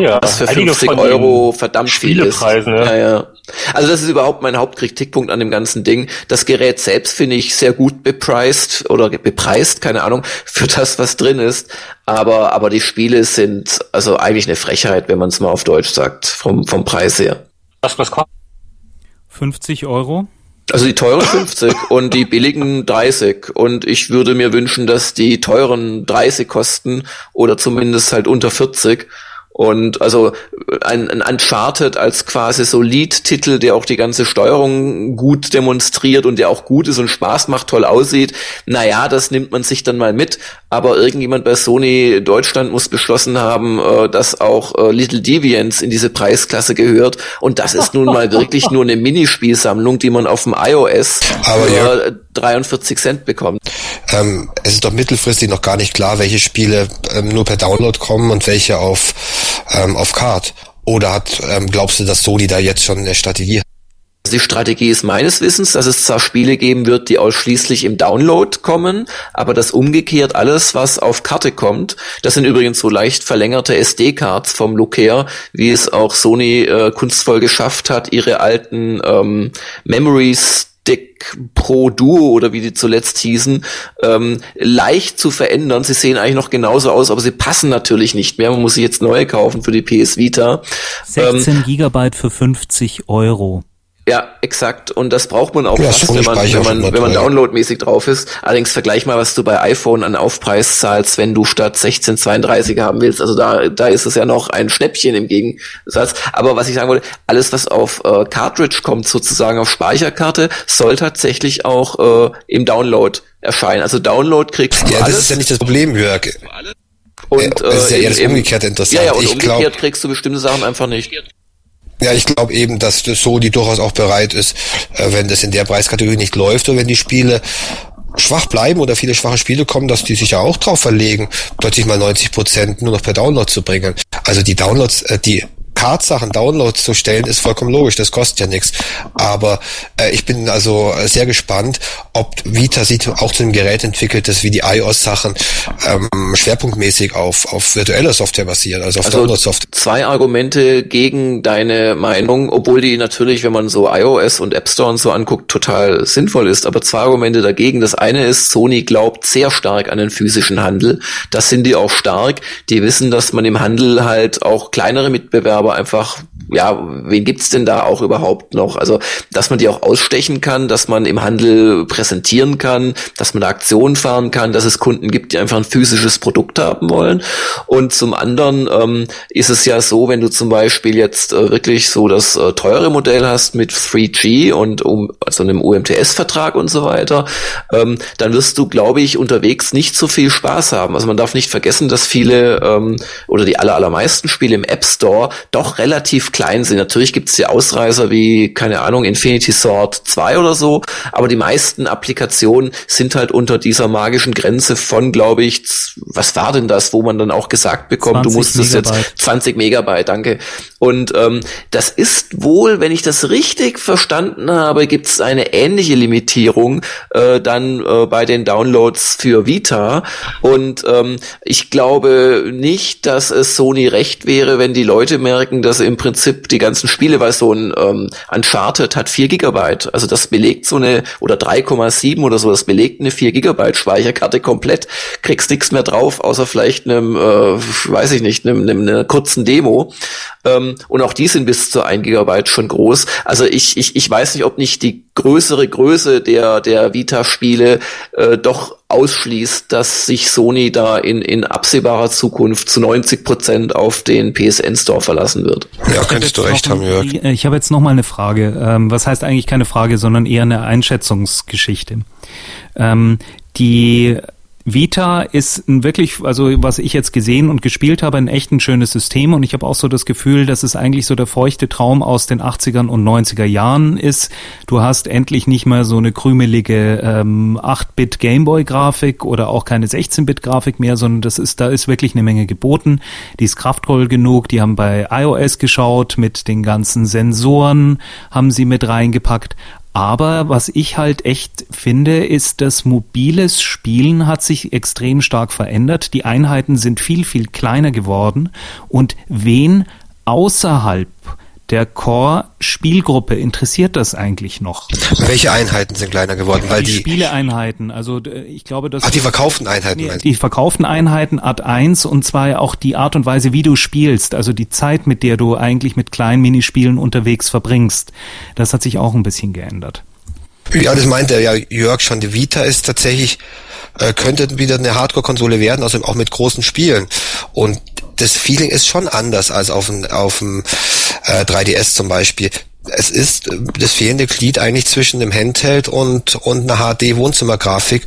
50 Euro verdammt viel ist. Ne? Ja. Also das ist überhaupt mein Hauptkritikpunkt an dem ganzen Ding. Das Gerät selbst finde ich sehr gut bepreist, keine Ahnung, für das, was drin ist. Aber die Spiele sind also eigentlich eine Frechheit, wenn man es mal auf Deutsch sagt, vom Preis her. Was kostet? 50 Euro? Also die teuren 50 und die billigen 30. Und ich würde mir wünschen, dass die teuren 30 kosten oder zumindest halt unter 40. Und also ein Uncharted als quasi so Lead-Titel, der auch die ganze Steuerung gut demonstriert und der auch gut ist und Spaß macht, toll aussieht, naja, das nimmt man sich dann mal mit. Aber irgendjemand bei Sony Deutschland muss beschlossen haben, dass auch Little Deviants in diese Preisklasse gehört. Und das ist nun mal wirklich nur eine Minispielsammlung, die man auf dem iOS für 43 Cent bekommt. Es ist doch mittelfristig noch gar nicht klar, welche Spiele nur per Download kommen und welche auf Card. Oder glaubst du, dass Sony da jetzt schon eine Strategie hat? Die Strategie ist meines Wissens, dass es zwar Spiele geben wird, die ausschließlich im Download kommen, aber dass umgekehrt alles, was auf Karte kommt, das sind übrigens so leicht verlängerte SD-Cards vom Look her, wie es auch Sony kunstvoll geschafft hat, ihre alten Memory Stick Pro Duo oder wie die zuletzt hießen, leicht zu verändern. Sie sehen eigentlich noch genauso aus, aber sie passen natürlich nicht mehr. Man muss sich jetzt neue kaufen für die PS Vita. 16 Gigabyte für 50 €. Ja, exakt. Und das braucht man auch fast, wenn man downloadmäßig drauf ist. Allerdings vergleich mal, was du bei iPhone an Aufpreis zahlst, wenn du statt 1632 haben willst. Also da ist es ja noch ein Schnäppchen im Gegensatz. Aber was ich sagen wollte, alles, was auf Cartridge kommt, sozusagen auf Speicherkarte, soll tatsächlich auch im Download erscheinen. Also Download kriegst du alles. Ja, das ist ja nicht das Problem, Jörg. Und das ist ja eher das umgekehrt interessant. Ja, und umgekehrt kriegst du bestimmte Sachen einfach nicht. Ja, ich glaube eben, dass Sony durchaus auch bereit ist, wenn das in der Preiskategorie nicht läuft oder wenn die Spiele schwach bleiben oder viele schwache Spiele kommen, dass die sich ja auch drauf verlegen, plötzlich mal 90% nur noch per Download zu bringen. Also die Downloads, die Card-Sachen Downloads zu stellen, ist vollkommen logisch, das kostet ja nichts. Aber ich bin also sehr gespannt, ob Vita sich auch zu einem Gerät entwickelt, das wie die iOS-Sachen schwerpunktmäßig auf virtueller Software basiert, also auf Download-Software. 2 Argumente gegen deine Meinung, obwohl die natürlich, wenn man so iOS und App Store und so anguckt, total sinnvoll ist. Aber 2 Argumente dagegen. Das eine ist, Sony glaubt sehr stark an den physischen Handel. Das sind die auch stark. Die wissen, dass man im Handel halt auch kleinere Mitbewerber einfach, ja, wen gibt's denn da auch überhaupt noch? Also, dass man die auch ausstechen kann, dass man im Handel präsentieren kann, dass man da Aktionen fahren kann, dass es Kunden gibt, die einfach ein physisches Produkt haben wollen. Und zum anderen ist es ja so, wenn du zum Beispiel jetzt wirklich so das teure Modell hast mit 3G und also einem UMTS-Vertrag und so weiter, dann wirst du, glaube ich, unterwegs nicht so viel Spaß haben. Also man darf nicht vergessen, dass viele oder die allermeisten Spiele im App Store doch relativ klein sind. Natürlich gibt es die Ausreißer wie, keine Ahnung, Infinity Sword 2 oder so, aber die meisten Applikationen sind halt unter dieser magischen Grenze von, glaube ich, was war denn das, wo man dann auch gesagt bekommt, du musstest jetzt 20 Megabyte, danke. Und das ist wohl, wenn ich das richtig verstanden habe, gibt es eine ähnliche Limitierung dann bei den Downloads für Vita. Und ich glaube nicht, dass es Sony recht wäre, wenn die Leute merken, dass im Prinzip die ganzen Spiele, weil so ein Uncharted hat 4 Gigabyte, also das belegt so eine, oder 3,7 oder so, das belegt eine 4 Gigabyte Speicherkarte komplett, kriegst nichts mehr drauf, außer vielleicht einem, weiß ich nicht, einem kurzen Demo. Und auch die sind bis zu 1 Gigabyte schon groß. Also ich weiß nicht, ob nicht die größere Größe der Vita-Spiele doch ausschließt, dass sich Sony da in absehbarer Zukunft zu 90% auf den PSN-Store verlassen wird. Ja, könntest du recht haben, Jörg. Ich habe jetzt noch mal eine Frage. Was heißt eigentlich keine Frage, sondern eher eine Einschätzungsgeschichte. Die Vita ist wirklich, also was ich jetzt gesehen und gespielt habe, ein echt ein schönes System, und ich habe auch so das Gefühl, dass es eigentlich so der feuchte Traum aus den 80ern und 90er Jahren ist. Du hast endlich nicht mehr so eine krümelige 8-Bit Gameboy-Grafik oder auch keine 16-Bit-Grafik mehr, sondern da ist wirklich eine Menge geboten. Die ist kraftvoll genug, die haben bei iOS geschaut, mit den ganzen Sensoren haben sie mit reingepackt. Aber was ich halt echt finde, ist, dass mobiles Spielen hat sich extrem stark verändert. Die Einheiten sind viel, viel kleiner geworden. Und wen außerhalb der Core-Spielgruppe interessiert das eigentlich noch? Welche Einheiten sind kleiner geworden? Weil die Spieleeinheiten, also ich glaube, dass... Ach, die verkauften Einheiten. Nee, die verkauften Einheiten Art 1, und zwar auch die Art und Weise, wie du spielst, also die Zeit, mit der du eigentlich mit kleinen Minispielen unterwegs verbringst. Das hat sich auch ein bisschen geändert. Ja, das meinte ja Jörg schon. Die Vita ist tatsächlich, könnte wieder eine Hardcore-Konsole werden, also auch mit großen Spielen. Und das Feeling ist schon anders als auf dem 3DS zum Beispiel. Es ist das fehlende Glied eigentlich zwischen dem Handheld und einer HD-Wohnzimmergrafik.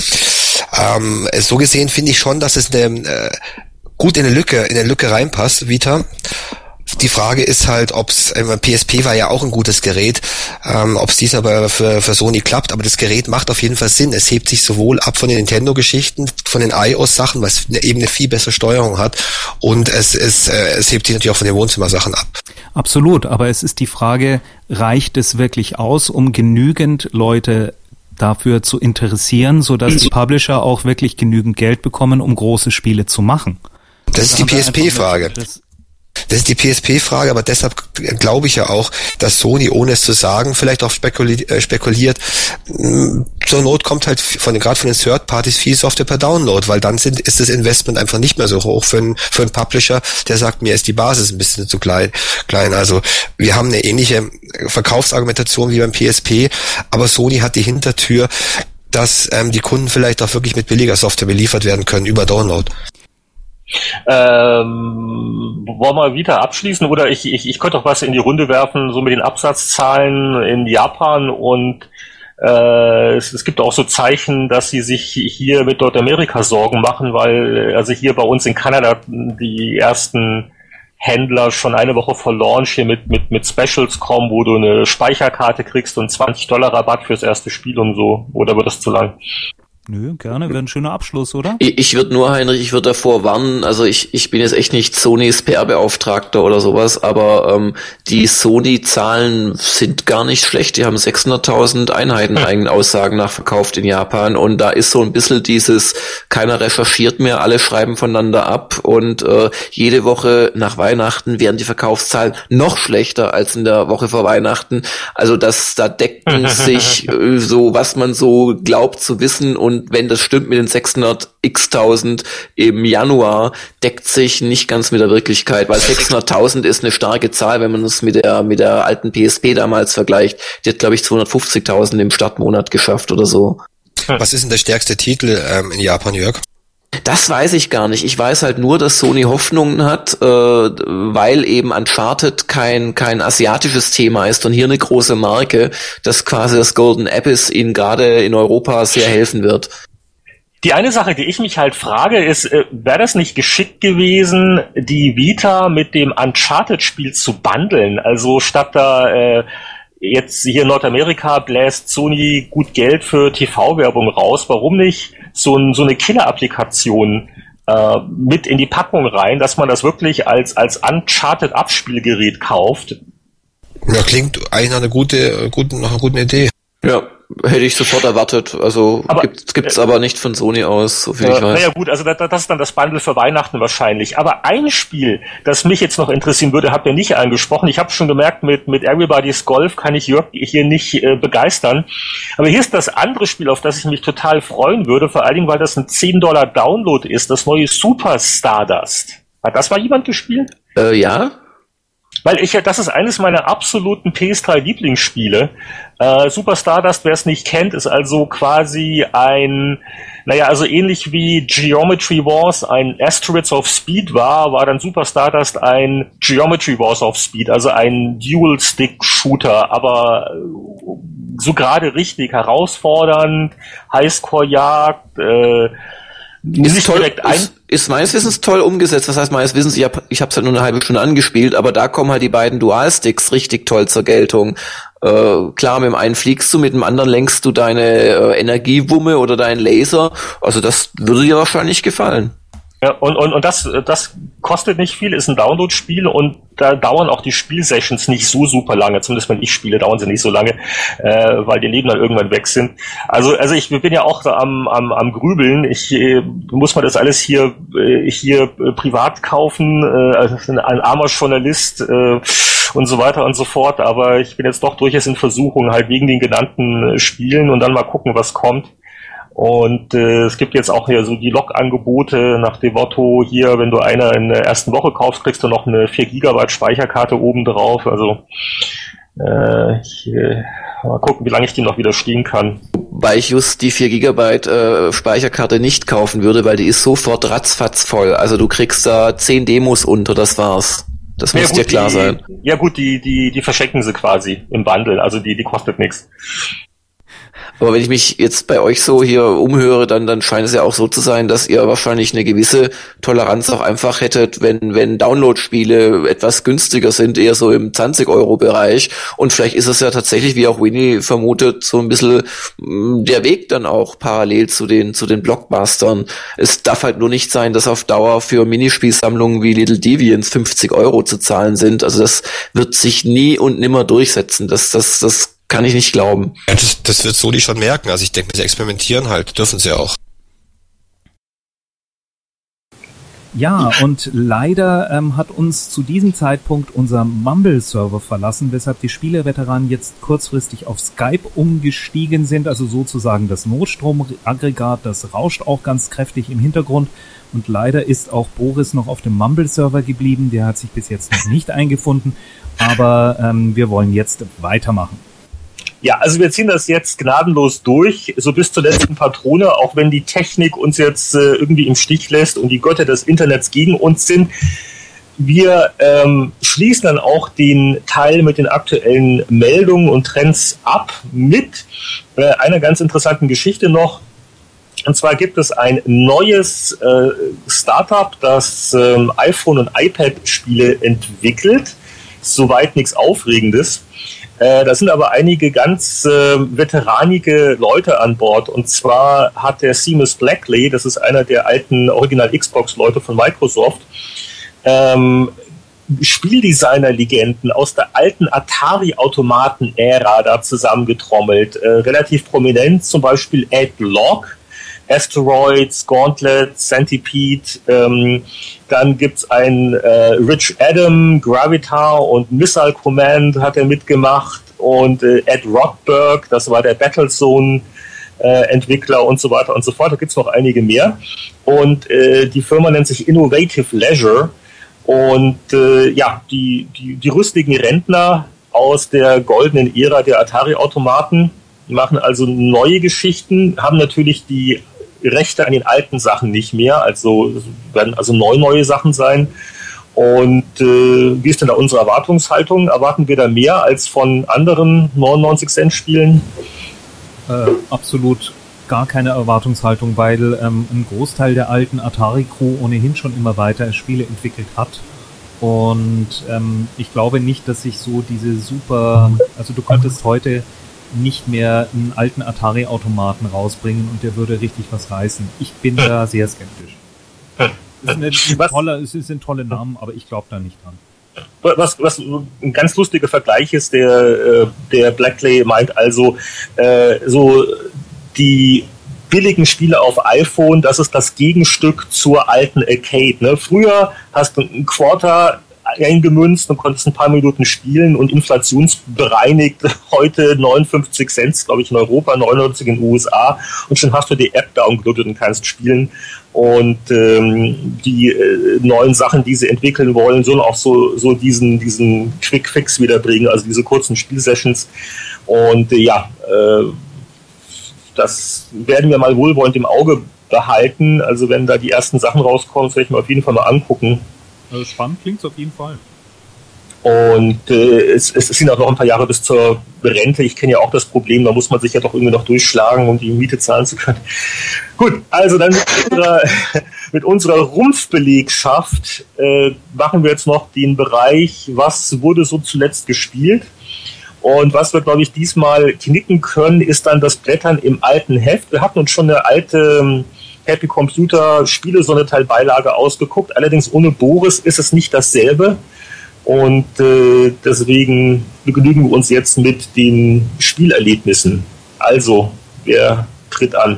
So gesehen finde ich schon, dass es gut in eine Lücke reinpasst, Vita. Die Frage ist halt, ob's PSP war ja auch ein gutes Gerät, ob's dies aber für Sony klappt, aber das Gerät macht auf jeden Fall Sinn. Es hebt sich sowohl ab von den Nintendo-Geschichten, von den iOS-Sachen, weil es eben eine viel bessere Steuerung hat, und es hebt sich natürlich auch von den Wohnzimmersachen ab. Absolut, aber es ist die Frage, reicht es wirklich aus, um genügend Leute dafür zu interessieren, sodass die Publisher auch wirklich genügend Geld bekommen, um große Spiele zu machen? Das ist die PSP-Frage. Das ist die PSP-Frage, aber deshalb glaube ich ja auch, dass Sony, ohne es zu sagen, vielleicht auch spekuliert, zur Not kommt halt gerade von den Third-Parties viel Software per Download, weil dann ist das Investment einfach nicht mehr so hoch für einen Publisher, der sagt, mir ist die Basis ein bisschen zu klein. Also wir haben eine ähnliche Verkaufsargumentation wie beim PSP, aber Sony hat die Hintertür, dass die Kunden vielleicht auch wirklich mit billiger Software beliefert werden können über Download. Wollen wir wieder abschließen, oder ich könnte auch was in die Runde werfen, so mit den Absatzzahlen in Japan, und es gibt auch so Zeichen, dass sie sich hier mit Nordamerika Sorgen machen, weil also hier bei uns in Kanada die ersten Händler schon eine Woche vor Launch hier mit Specials kommen, wo du eine Speicherkarte kriegst und $20 Rabatt fürs erste Spiel und so, oder wird das zu lang? Nö, gerne, wäre ein schöner Abschluss, oder? Ich würde davor warnen, also ich bin jetzt echt nicht Sonys PR-Beauftragter oder sowas, aber die Sony-Zahlen sind gar nicht schlecht. Die haben 600.000 Einheiten eigenen Aussagen nachverkauft in Japan, und da ist so ein bisschen dieses, keiner recherchiert mehr, alle schreiben voneinander ab, und jede Woche nach Weihnachten werden die Verkaufszahlen noch schlechter als in der Woche vor Weihnachten. Also da decken sich so, was man so glaubt zu wissen, und wenn das stimmt mit den 600.000 im Januar, deckt sich nicht ganz mit der Wirklichkeit, weil 600.000 ist eine starke Zahl, wenn man es mit der alten PSP damals vergleicht. Die hat, glaube ich, 250.000 im Startmonat geschafft oder so. Was ist denn der stärkste Titel in Japan, Jörg? Das weiß ich gar nicht. Ich weiß halt nur, dass Sony Hoffnungen hat, weil eben Uncharted kein asiatisches Thema ist und hier eine große Marke, dass quasi das Golden Abyss ihnen gerade in Europa sehr helfen wird. Die eine Sache, die ich mich halt frage, ist, wäre das nicht geschickt gewesen, die Vita mit dem Uncharted-Spiel zu bundeln? Also statt da jetzt hier in Nordamerika bläst Sony gut Geld für TV-Werbung raus, warum nicht so eine Killer-Applikation mit in die Packung rein, dass man das wirklich als Uncharted-Abspielgerät kauft? Ja, klingt eigentlich nach einer guten Idee. Ja, hätte ich sofort erwartet. Also gibt's aber nicht von Sony aus, so viel ich weiß. Naja gut, also das ist dann das Bundle für Weihnachten wahrscheinlich. Aber ein Spiel, das mich jetzt noch interessieren würde, habt ihr nicht angesprochen. Ich habe schon gemerkt, mit Everybody's Golf kann ich Jörg hier nicht begeistern. Aber hier ist das andere Spiel, auf das ich mich total freuen würde, vor allen Dingen, weil das ein $10 Download ist, das neue Super Stardust. Hat das mal jemand gespielt? Ja. Weil das ist eines meiner absoluten PS3-Lieblingsspiele. Super Stardust, wer es nicht kennt, ist also quasi also ähnlich wie Geometry Wars ein Asteroids of Speed war dann Super Stardust ein Geometry Wars of Speed, also ein Dual-Stick-Shooter, aber so gerade richtig herausfordernd, Highscore-Jagd, ist meines Wissens toll umgesetzt. Was heißt meines Wissens? Ich habe es halt nur eine halbe Stunde angespielt, aber da kommen halt die beiden Dualsticks richtig toll zur Geltung. Klar, mit dem einen fliegst du, mit dem anderen lenkst du deine Energiewumme oder deinen Laser. Also das würde dir wahrscheinlich gefallen. Ja, und das kostet nicht viel, ist ein Download-Spiel, und da dauern auch die Spielsessions nicht so super lange, zumindest wenn ich spiele, dauern sie nicht so lange, weil die Leben dann irgendwann weg sind. Also ich bin ja auch am Grübeln, muss man das alles hier privat kaufen, also ein armer Journalist und so weiter und so fort, aber ich bin jetzt doch durchaus in Versuchung, halt wegen den genannten Spielen, und dann mal gucken, was kommt. Und es gibt jetzt auch hier so die Log-Angebote nach dem Motto, hier, wenn du eine in der ersten Woche kaufst, kriegst du noch eine 4 GB Speicherkarte oben drauf. Also mal gucken, wie lange ich die noch widerstehen kann. Weil ich just die 4 GB Speicherkarte nicht kaufen würde, weil die ist sofort ratzfatz voll. Also du kriegst da 10 Demos unter, das war's. Das muss dir klar sein. Ja gut, die verschenken sie quasi im Bundle, also die kostet nichts. Aber wenn ich mich jetzt bei euch so hier umhöre, dann scheint es ja auch so zu sein, dass ihr wahrscheinlich eine gewisse Toleranz auch einfach hättet, wenn Download-Spiele etwas günstiger sind, eher so im 20-Euro-Bereich. Und vielleicht ist es ja tatsächlich, wie auch Winnie vermutet, so ein bisschen der Weg dann auch parallel zu den Blockbustern. Es darf halt nur nicht sein, dass auf Dauer für Minispielsammlungen wie Little Deviants 50 Euro zu zahlen sind. Also das wird sich nie und nimmer durchsetzen. Das kann ich nicht glauben. Ja, das wird Sony schon merken. Also ich denke, sie experimentieren halt, dürfen sie auch. Ja, und leider hat uns zu diesem Zeitpunkt unser Mumble-Server verlassen, weshalb die Spieleveteranen jetzt kurzfristig auf Skype umgestiegen sind, also sozusagen das Notstromaggregat, das rauscht auch ganz kräftig im Hintergrund. Und leider ist auch Boris noch auf dem Mumble-Server geblieben, der hat sich bis jetzt noch nicht eingefunden, aber wir wollen jetzt weitermachen. Ja, also wir ziehen das jetzt gnadenlos durch, so bis zur letzten Patrone, auch wenn die Technik uns jetzt irgendwie im Stich lässt und die Götter des Internets gegen uns sind. Wir schließen dann auch den Teil mit den aktuellen Meldungen und Trends ab mit einer ganz interessanten Geschichte noch. Und zwar gibt es ein neues Startup, das iPhone- und iPad-Spiele entwickelt. Soweit nichts Aufregendes. Da sind aber einige ganz veteranige Leute an Bord. Und zwar hat der Seamus Blackley, das ist einer der alten Original-Xbox-Leute von Microsoft, Spieldesigner-Legenden aus der alten Atari-Automaten-Ära da zusammengetrommelt. Relativ prominent zum Beispiel Ed Locke, Asteroids, Gauntlet, Centipede, dann gibt's einen Rich Adam, Gravitar und Missile Command hat er mitgemacht und Ed Rothberg, das war der Battlezone Entwickler und so weiter und so fort. Da gibt's noch einige mehr und die Firma nennt sich Innovative Leisure und die rüstigen Rentner aus der goldenen Ära der Atari-Automaten machen also neue Geschichten, haben natürlich die Rechte an den alten Sachen nicht mehr, also werden also neue Sachen sein. Und wie ist denn da unsere Erwartungshaltung? Erwarten wir da mehr als von anderen 99-Cent-Spielen? Absolut gar keine Erwartungshaltung, weil ein Großteil der alten Atari-Crew ohnehin schon immer weiter Spiele entwickelt hat. Und ich glaube nicht, dass sich so also du könntest heute nicht mehr einen alten Atari-Automaten rausbringen und der würde richtig was reißen. Ich bin da sehr skeptisch. Es sind tolle Namen, aber ich glaube da nicht dran. Was ein ganz lustiger Vergleich ist, der Blackley meint also, so die billigen Spiele auf iPhone, das ist das Gegenstück zur alten Arcade. Ne? Früher hast du ein Quarter eingemünzt und konntest ein paar Minuten spielen und inflationsbereinigt heute 59 Cent, glaube ich, in Europa, 99 in den USA und schon hast du die App downgeloadet und kannst spielen und die neuen Sachen, die sie entwickeln wollen, sollen auch so diesen Quick Fix wiederbringen, also diese kurzen Spielsessions und das werden wir mal wohlwollend im Auge behalten, also wenn da die ersten Sachen rauskommen, werde ich mir auf jeden Fall mal angucken. Also spannend klingt es auf jeden Fall. Und es sind auch noch ein paar Jahre bis zur Rente. Ich kenne ja auch das Problem, da muss man sich ja doch irgendwie noch durchschlagen, um die Miete zahlen zu können. Gut, also dann mit unserer Rumpfbelegschaft machen wir jetzt noch den Bereich, was wurde so zuletzt gespielt. Und was wir, glaube ich, diesmal knicken können, ist dann das Blättern im alten Heft. Wir hatten uns schon eine alte Happy Computer Spiele-Sonderteilbeilage ausgeguckt. Allerdings ohne Boris ist es nicht dasselbe. Und deswegen begnügen wir uns jetzt mit den Spielerlebnissen. Also, wer tritt an?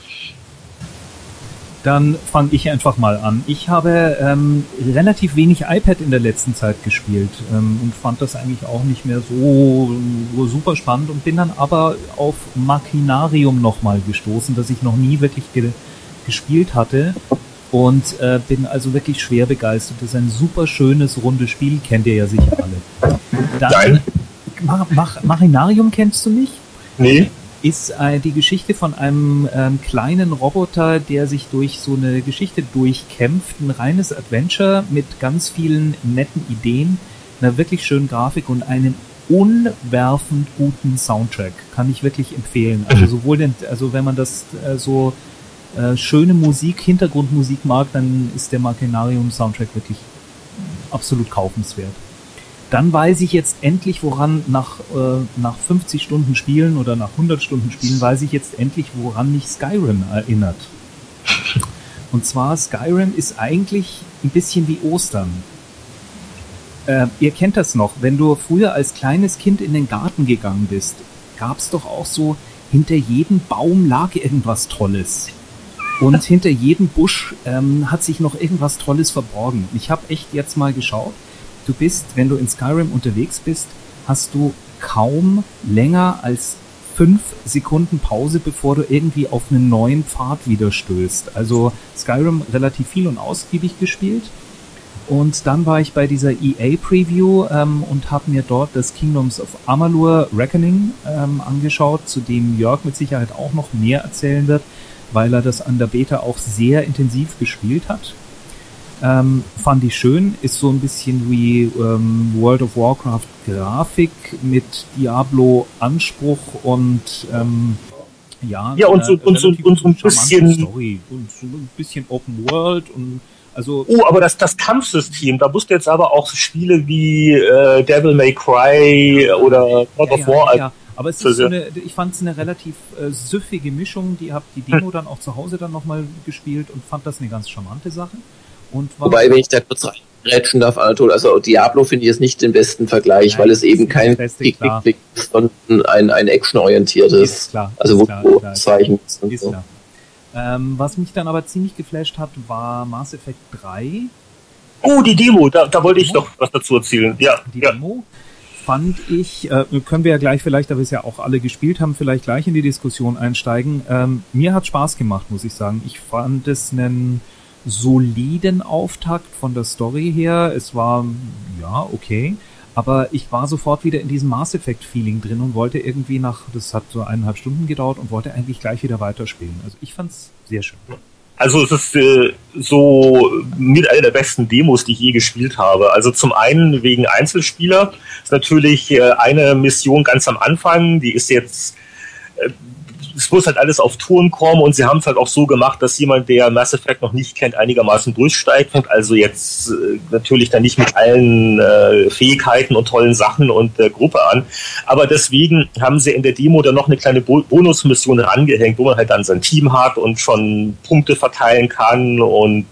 Dann fange ich einfach mal an. Ich habe relativ wenig iPad in der letzten Zeit gespielt und fand das eigentlich auch nicht mehr so super spannend und bin dann aber auf Machinarium nochmal gestoßen, das ich noch nie wirklich gespielt hatte und bin also wirklich schwer begeistert. Das ist ein super schönes, rundes Spiel, kennt ihr ja sicher alle. Dann, Machinarium kennst du nicht? Nee. Ist die Geschichte von einem kleinen Roboter, der sich durch so eine Geschichte durchkämpft. Ein reines Adventure mit ganz vielen netten Ideen, einer wirklich schönen Grafik und einem unwerfend guten Soundtrack. Kann ich wirklich empfehlen. Also sowohl wenn man das schöne Musik, Hintergrundmusik mag, dann ist der Machinarium Soundtrack wirklich absolut kaufenswert. Dann weiß ich jetzt endlich, woran nach 50 Stunden Spielen oder nach 100 Stunden Spielen weiß ich jetzt endlich, woran mich Skyrim erinnert. Und zwar, Skyrim ist eigentlich ein bisschen wie Ostern. Ihr kennt das noch, wenn du früher als kleines Kind in den Garten gegangen bist, gab's doch auch so, hinter jedem Baum lag irgendwas Tolles. Und hinter jedem Busch hat sich noch irgendwas Tolles verborgen. Ich habe echt jetzt mal geschaut, du bist, wenn du in Skyrim unterwegs bist, hast du kaum länger als 5 Sekunden Pause, bevor du irgendwie auf einen neuen Pfad wieder stößt. Also Skyrim relativ viel und ausgiebig gespielt. Und dann war ich bei dieser EA-Preview und habe mir dort das Kingdoms of Amalur Reckoning angeschaut, zu dem Jörg mit Sicherheit auch noch mehr erzählen wird, weil er das an der Beta auch sehr intensiv gespielt hat. Fand ich schön, ist so ein bisschen wie World of Warcraft Grafik mit Diablo Anspruch und und so ein bisschen Story und so ein bisschen Open World und also. Oh, aber das Kampfsystem, da musst du jetzt aber auch Spiele wie Devil May Cry oder God of War. Ja. Aber es ist ich fand es eine relativ süffige Mischung. Die habe die Demo dann auch zu Hause dann nochmal gespielt und fand das eine ganz charmante Sache. Wobei, wenn ich da kurz reinrätschen darf, Anatol, also Diablo finde ich jetzt nicht den besten Vergleich, weil es eben kein Klick-Klick ist, sondern ein actionorientiertes, ist klar, also wo Zeichen ist so. Klar. Was mich dann aber ziemlich geflasht hat, war Mass Effect 3. Oh, die Demo, da wollte ich noch was dazu erzählen. Ja, die Demo fand ich, können wir ja gleich vielleicht, da wir es ja auch alle gespielt haben, vielleicht gleich in die Diskussion einsteigen. Mir hat Spaß gemacht, muss ich sagen. Ich fand es einen soliden Auftakt von der Story her. Es war, ja, okay. Aber ich war sofort wieder in diesem Mass Effect Feeling drin und wollte irgendwie das hat so 1,5 Stunden gedauert und wollte eigentlich gleich wieder weiterspielen. Also ich fand's sehr schön. Also es ist so mit einer der besten Demos, die ich je gespielt habe. Also zum einen wegen Einzelspieler. Ist natürlich eine Mission ganz am Anfang, die ist jetzt es muss halt alles auf Touren kommen und sie haben es halt auch so gemacht, dass jemand, der Mass Effect noch nicht kennt, einigermaßen durchsteigt, fängt also jetzt natürlich dann nicht mit allen Fähigkeiten und tollen Sachen und der Gruppe an, aber deswegen haben sie in der Demo dann noch eine kleine Bonusmission rangehängt, wo man halt dann sein Team hat und schon Punkte verteilen kann und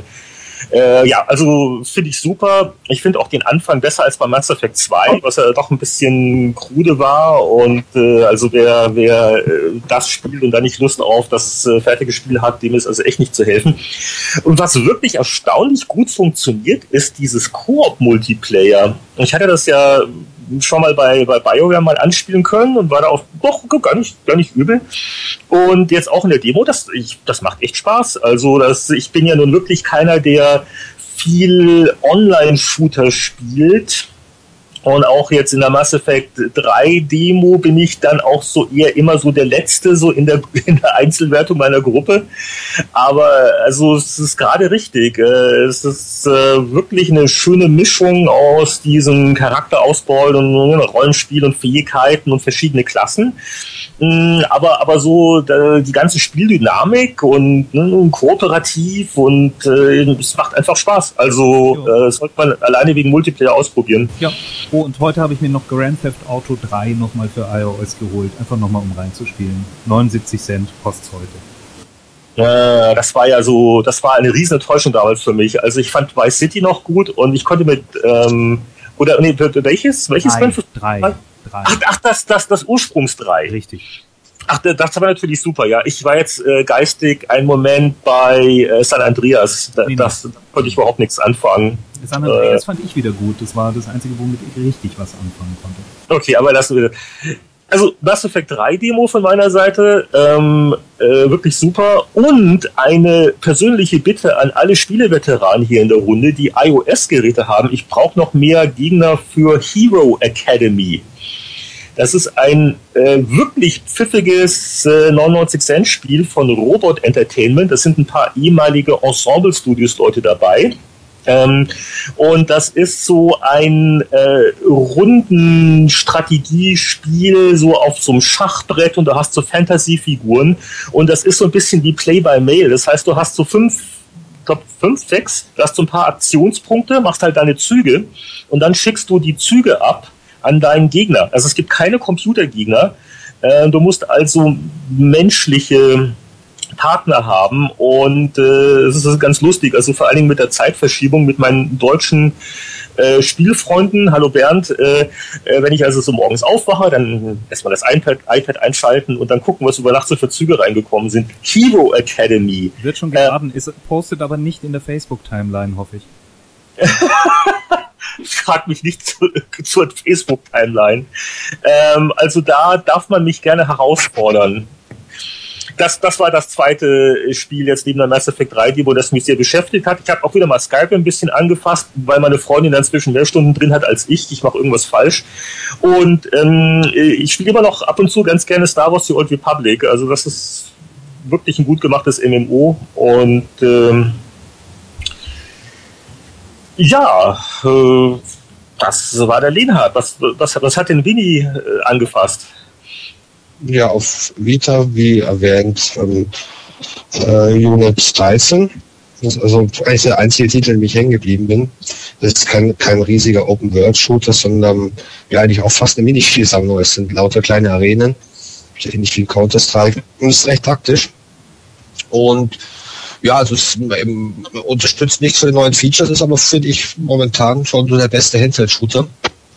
also finde ich super. Ich finde auch den Anfang besser als bei Mass Effect 2, was ja doch ein bisschen krude war und also wer das spielt und da nicht Lust auf das fertige Spiel hat, dem ist also echt nicht zu helfen. Und was wirklich erstaunlich gut funktioniert, ist dieses Koop-Multiplayer. Ich hatte das ja schon mal bei BioWare mal anspielen können und war da auch doch gar nicht übel. Und jetzt auch in der Demo, das macht echt Spaß. Also ich bin ja nun wirklich keiner, der viel Online-Shooter spielt. Und auch jetzt in der Mass Effect 3 Demo bin ich dann auch so eher immer so der Letzte, so in der Einzelwertung meiner Gruppe. Aber also es ist gerade richtig. Es ist wirklich eine schöne Mischung aus diesem Charakterausbau und Rollenspiel und Fähigkeiten und verschiedene Klassen. Aber so die ganze Spieldynamik und kooperativ und es macht einfach Spaß. Also sollte man alleine wegen Multiplayer ausprobieren. Ja. Oh, und heute habe ich mir noch Grand Theft Auto 3 nochmal für iOS geholt. Einfach nochmal, um reinzuspielen. 79 Cent kostet's heute. Das war eine riesen Enttäuschung damals für mich. Also ich fand Vice City noch gut und ich konnte mit, welches? 3. Ach, das Ursprungs 3. Richtig. Ach, das war natürlich super, ja. Ich war jetzt geistig einen Moment bei San Andreas. Das konnte ich überhaupt nichts anfangen. San Andreas fand ich wieder gut. Das war das Einzige, womit ich richtig was anfangen konnte. Okay, aber lassen wir das. Also Mass Effect 3 Demo von meiner Seite, wirklich super. Und eine persönliche Bitte an alle Spieleveteranen hier in der Runde, die iOS-Geräte haben. Ich brauche noch mehr Gegner für Hero Academy. Das ist ein wirklich pfiffiges 99-Cent-Spiel von Robot Entertainment. Das sind ein paar ehemalige Ensemble-Studios-Leute dabei. Und das ist so ein Rundenstrategiespiel, so auf so einem Schachbrett, und du hast so Fantasy-Figuren, und das ist so ein bisschen wie Play-by-Mail. Das heißt, du hast so 6, du hast so ein paar Aktionspunkte, machst halt deine Züge und dann schickst du die Züge ab an deinen Gegner. Also es gibt keine Computergegner. Du musst also menschliche Partner haben, und es ist ganz lustig, also vor allen Dingen mit der Zeitverschiebung mit meinen deutschen Spielfreunden. Hallo Bernd, wenn ich also so morgens aufwache, dann erstmal das iPad einschalten und dann gucken, was über Nacht so für Züge reingekommen sind. Hero Academy. Wird schon geladen, postet aber nicht in der Facebook-Timeline, hoffe ich. Frag mich nicht zur Facebook-Timeline. Also da darf man mich gerne herausfordern. Das war das zweite Spiel jetzt neben der Mass Effect 3, wo das mich sehr beschäftigt hat. Ich habe auch wieder mal Skype ein bisschen angefasst, weil meine Freundin dann inzwischen mehr Stunden drin hat als ich. Ich mache irgendwas falsch. Und ich spiele immer noch ab und zu ganz gerne Star Wars The Old Republic. Also das ist wirklich ein gut gemachtes MMO. Und das war der Lenhard. Was hat denn Winnie angefasst? Ja, auf Vita, wie erwähnt, Unit 13. Das ist also eigentlich der einzige Titel, in dem ich hängen geblieben bin. Das ist kein riesiger Open-World-Shooter, sondern ja eigentlich auch fast eine Minispielsammlung. Es sind lauter kleine Arenen, nicht wie Counter-Strike. Und es ist recht taktisch. Und ja, also es unterstützt nichts für die neuen Features, ist aber, finde ich, momentan schon so der beste Handheld-Shooter.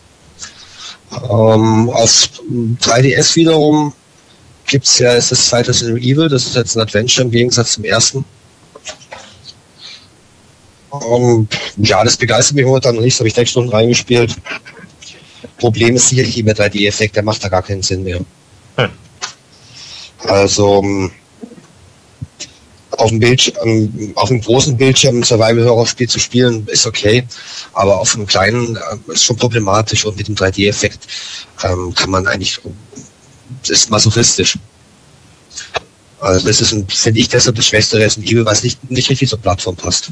Auf 3DS wiederum ist das zweite Resident Evil, das ist jetzt ein Adventure im Gegensatz zum ersten. Ja, das begeistert mich momentan noch nicht, so habe ich 6 Stunden reingespielt. Problem ist sicherlich immer der 3D-Effekt, der macht da gar keinen Sinn mehr. Also auf dem großen Bildschirm ein Survival-Horror-Spiel zu spielen, ist okay, aber auf einem kleinen ist schon problematisch, und mit dem 3D-Effekt kann man eigentlich, das ist masochistisch. Also das ist, finde ich, deshalb das schwächste Resident Evil, was nicht richtig zur Plattform passt.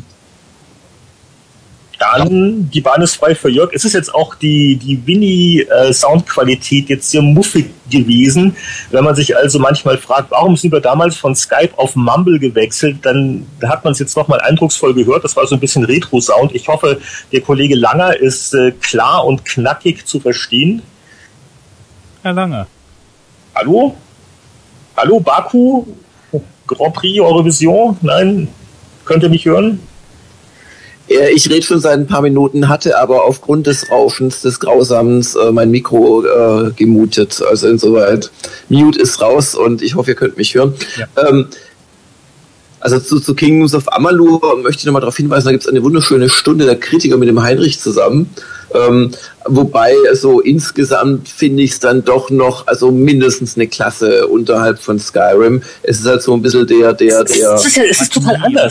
Dann, die Bahn ist frei für Jörg. Es ist jetzt auch die Winnie-Soundqualität jetzt sehr muffig gewesen. Wenn man sich also manchmal fragt, warum sind wir damals von Skype auf Mumble gewechselt, dann hat man es jetzt nochmal eindrucksvoll gehört. Das war so ein bisschen Retro-Sound. Ich hoffe, der Kollege Langer ist klar und knackig zu verstehen. Herr Langer. Hallo? Hallo, Baku? Grand Prix, Eurovision? Nein? Könnt ihr mich hören? Ich rede schon seit ein paar Minuten, hatte aber aufgrund des Rauschens, des Grausamens, mein Mikro gemutet. Also insoweit, Mute ist raus, und ich hoffe, ihr könnt mich hören. Ja. Also zu Kingdoms of Amalur möchte ich nochmal darauf hinweisen, da gibt es eine wunderschöne Stunde der Kritiker mit dem Heinrich zusammen. Wobei, also insgesamt finde ich es dann doch noch, also mindestens eine Klasse unterhalb von Skyrim. Es ist halt so ein bisschen es ist total anders.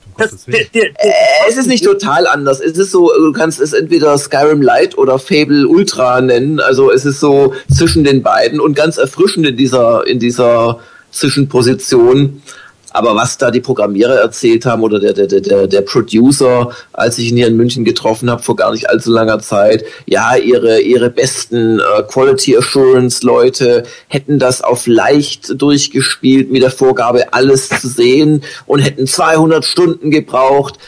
Es ist nicht total anders. Es ist so, du kannst es entweder Skyrim Lite oder Fable Ultra nennen. Also es ist so zwischen den beiden und ganz erfrischend in dieser Zwischenposition. Aber was da die Programmierer erzählt haben oder der Producer, als ich ihn hier in München getroffen habe vor gar nicht allzu langer Zeit, ja, ihre besten Quality Assurance Leute hätten das auf leicht durchgespielt mit der Vorgabe, alles zu sehen, und hätten 200 Stunden gebraucht.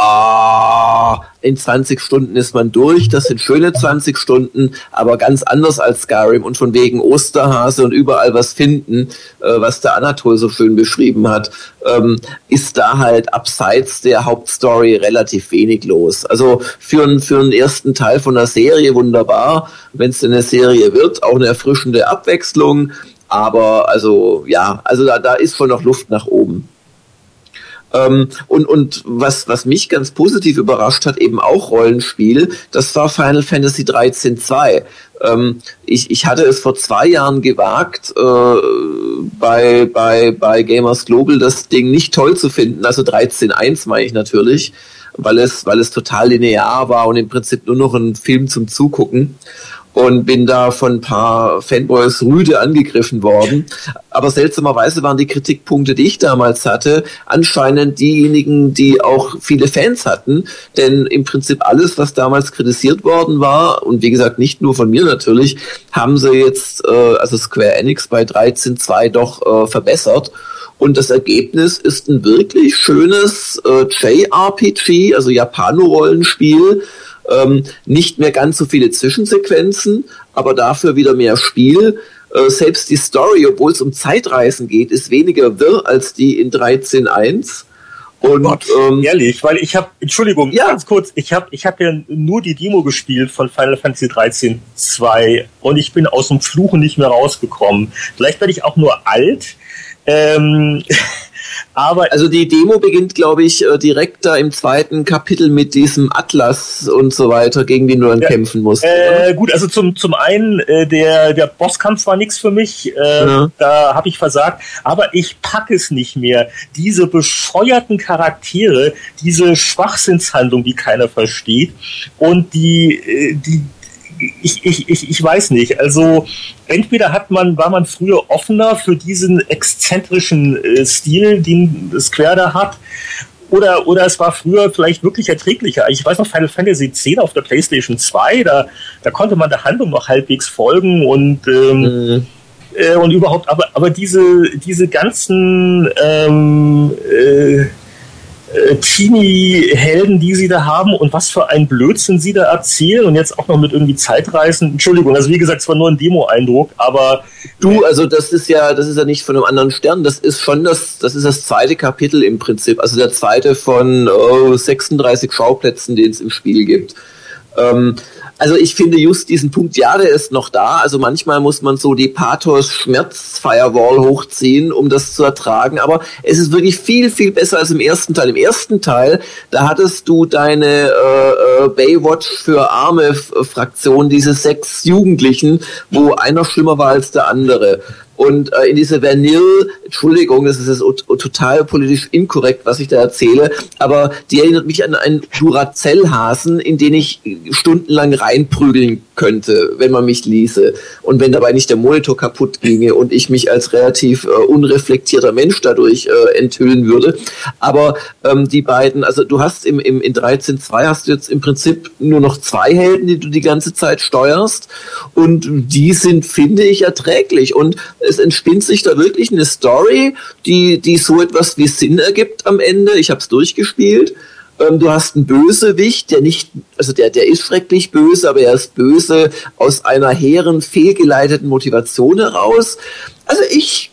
In 20 Stunden ist man durch, das sind schöne 20 Stunden, aber ganz anders als Skyrim, und von wegen Osterhase und überall was finden, was der Anatol so schön beschrieben hat, ist da halt abseits der Hauptstory relativ wenig los. Also für einen ersten Teil von einer Serie wunderbar, wenn es eine Serie wird, auch eine erfrischende Abwechslung, aber also ja, also da ist schon noch Luft nach oben. Und was mich ganz positiv überrascht hat, eben auch Rollenspiel, das war Final Fantasy 13.2. Ich hatte es vor 2 Jahren gewagt, bei Gamers Global das Ding nicht toll zu finden, also 13.1 meine ich natürlich, weil es total linear war und im Prinzip nur noch ein Film zum Zugucken. und bin da von ein paar Fanboys rüde angegriffen worden. Aber seltsamerweise waren die Kritikpunkte, die ich damals hatte, anscheinend diejenigen, die auch viele Fans hatten. Denn im Prinzip alles, was damals kritisiert worden war, und wie gesagt, nicht nur von mir natürlich, haben sie jetzt, also Square Enix bei 13.2 doch verbessert. Und das Ergebnis ist ein wirklich schönes JRPG, also Japano-Rollenspiel. Nicht mehr ganz so viele Zwischensequenzen, aber dafür wieder mehr Spiel. Selbst die Story, obwohl es um Zeitreisen geht, ist weniger wirr als die in 13.1. Und Gott, ehrlich, weil ich habe, Entschuldigung, ganz kurz, ich hab ja nur die Demo gespielt von Final Fantasy 13.2 und ich bin aus dem Fluchen nicht mehr rausgekommen. Vielleicht werde ich auch nur alt. Aber also die Demo beginnt, glaube ich, direkt da im zweiten Kapitel mit diesem Atlas und so weiter, gegen den du dann kämpfen musst. Gut, also zum einen, der Bosskampf war nichts für mich, da habe ich versagt, aber ich packe es nicht mehr. Diese bescheuerten Charaktere, diese Schwachsinnshandlung, die keiner versteht und ich weiß nicht, also entweder war man früher offener für diesen exzentrischen Stil, den Square da hat, oder es war früher vielleicht wirklich erträglicher. Ich weiß noch, Final Fantasy X auf der PlayStation 2, da konnte man der Handlung noch halbwegs folgen und überhaupt, aber diese ganzen Teenie-Helden, die sie da haben und was für ein Blödsinn sie da erzählen und jetzt auch noch mit irgendwie Zeitreisen. Entschuldigung, also wie gesagt, es war nur ein Demo-Eindruck, aber... Also das ist ja nicht von einem anderen Stern, das ist das zweite Kapitel im Prinzip, also der zweite von 36 Schauplätzen, den es im Spiel gibt. Also ich finde just diesen Punkt, der ist noch da, also manchmal muss man so die Pathos-Schmerz-Firewall hochziehen, um das zu ertragen, aber es ist wirklich viel, viel besser als im ersten Teil. Im ersten Teil, da hattest du deine Baywatch für arme Fraktion, diese 6 Jugendlichen, wo einer schlimmer war als der andere. Und in diese Entschuldigung, das ist jetzt total politisch inkorrekt, was ich da erzähle, aber die erinnert mich an einen Duracell-Hasen, in den ich stundenlang reinprügeln könnte, wenn man mich ließe. Und wenn dabei nicht der Monitor kaputt ginge und ich mich als relativ unreflektierter Mensch dadurch enthüllen würde. Aber die beiden, also du hast in 13.2 hast du jetzt im Prinzip nur noch 2 Helden, die du die ganze Zeit steuerst. Und die sind, finde ich, erträglich. Und es entspinnt sich da wirklich eine Story, die so etwas wie Sinn ergibt am Ende. Ich habe es durchgespielt. Du hast einen Bösewicht, der ist schrecklich böse, aber er ist böse aus einer hehren, fehlgeleiteten Motivation heraus. Also ich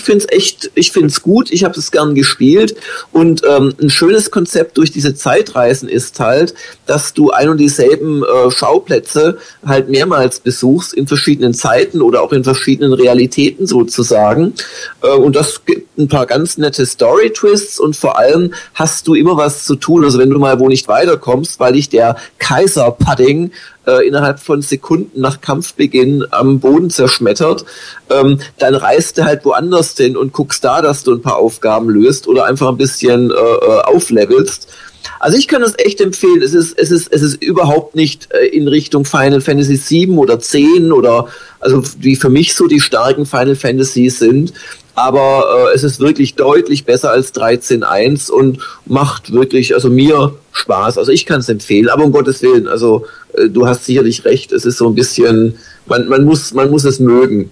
find's gut, ich habe es gern gespielt und ein schönes Konzept durch diese Zeitreisen ist halt, dass du ein und dieselben Schauplätze halt mehrmals besuchst in verschiedenen Zeiten oder auch in verschiedenen Realitäten sozusagen und das gibt ein paar ganz nette Story-Twists und vor allem hast du immer was zu tun, also wenn du mal wo nicht weiterkommst, weil dich der Kaiser-Pudding innerhalb von Sekunden nach Kampfbeginn am Boden zerschmettert, dann reist du halt woanders hin und guckst da, dass du ein paar Aufgaben löst oder einfach ein bisschen auflevelst. Also ich kann das echt empfehlen. Es ist überhaupt nicht in Richtung Final Fantasy 7 oder 10 oder also wie für mich so die starken Final Fantasies sind. Aber es ist wirklich deutlich besser als 13.1 und macht wirklich, also mir Spaß. Also ich kann es empfehlen, aber um Gottes Willen, also du hast sicherlich recht, es ist so ein bisschen, man muss es mögen.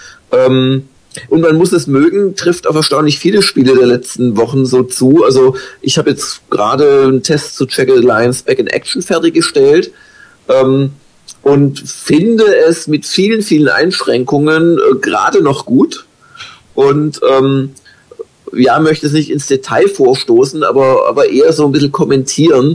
Und man muss es mögen, trifft auf erstaunlich viele Spiele der letzten Wochen so zu. Also ich habe jetzt gerade einen Test zu Jagged Alliance Back in Action fertiggestellt und finde es mit vielen, vielen Einschränkungen gerade noch gut. Und möchte es nicht ins Detail vorstoßen, aber eher so ein bisschen kommentieren,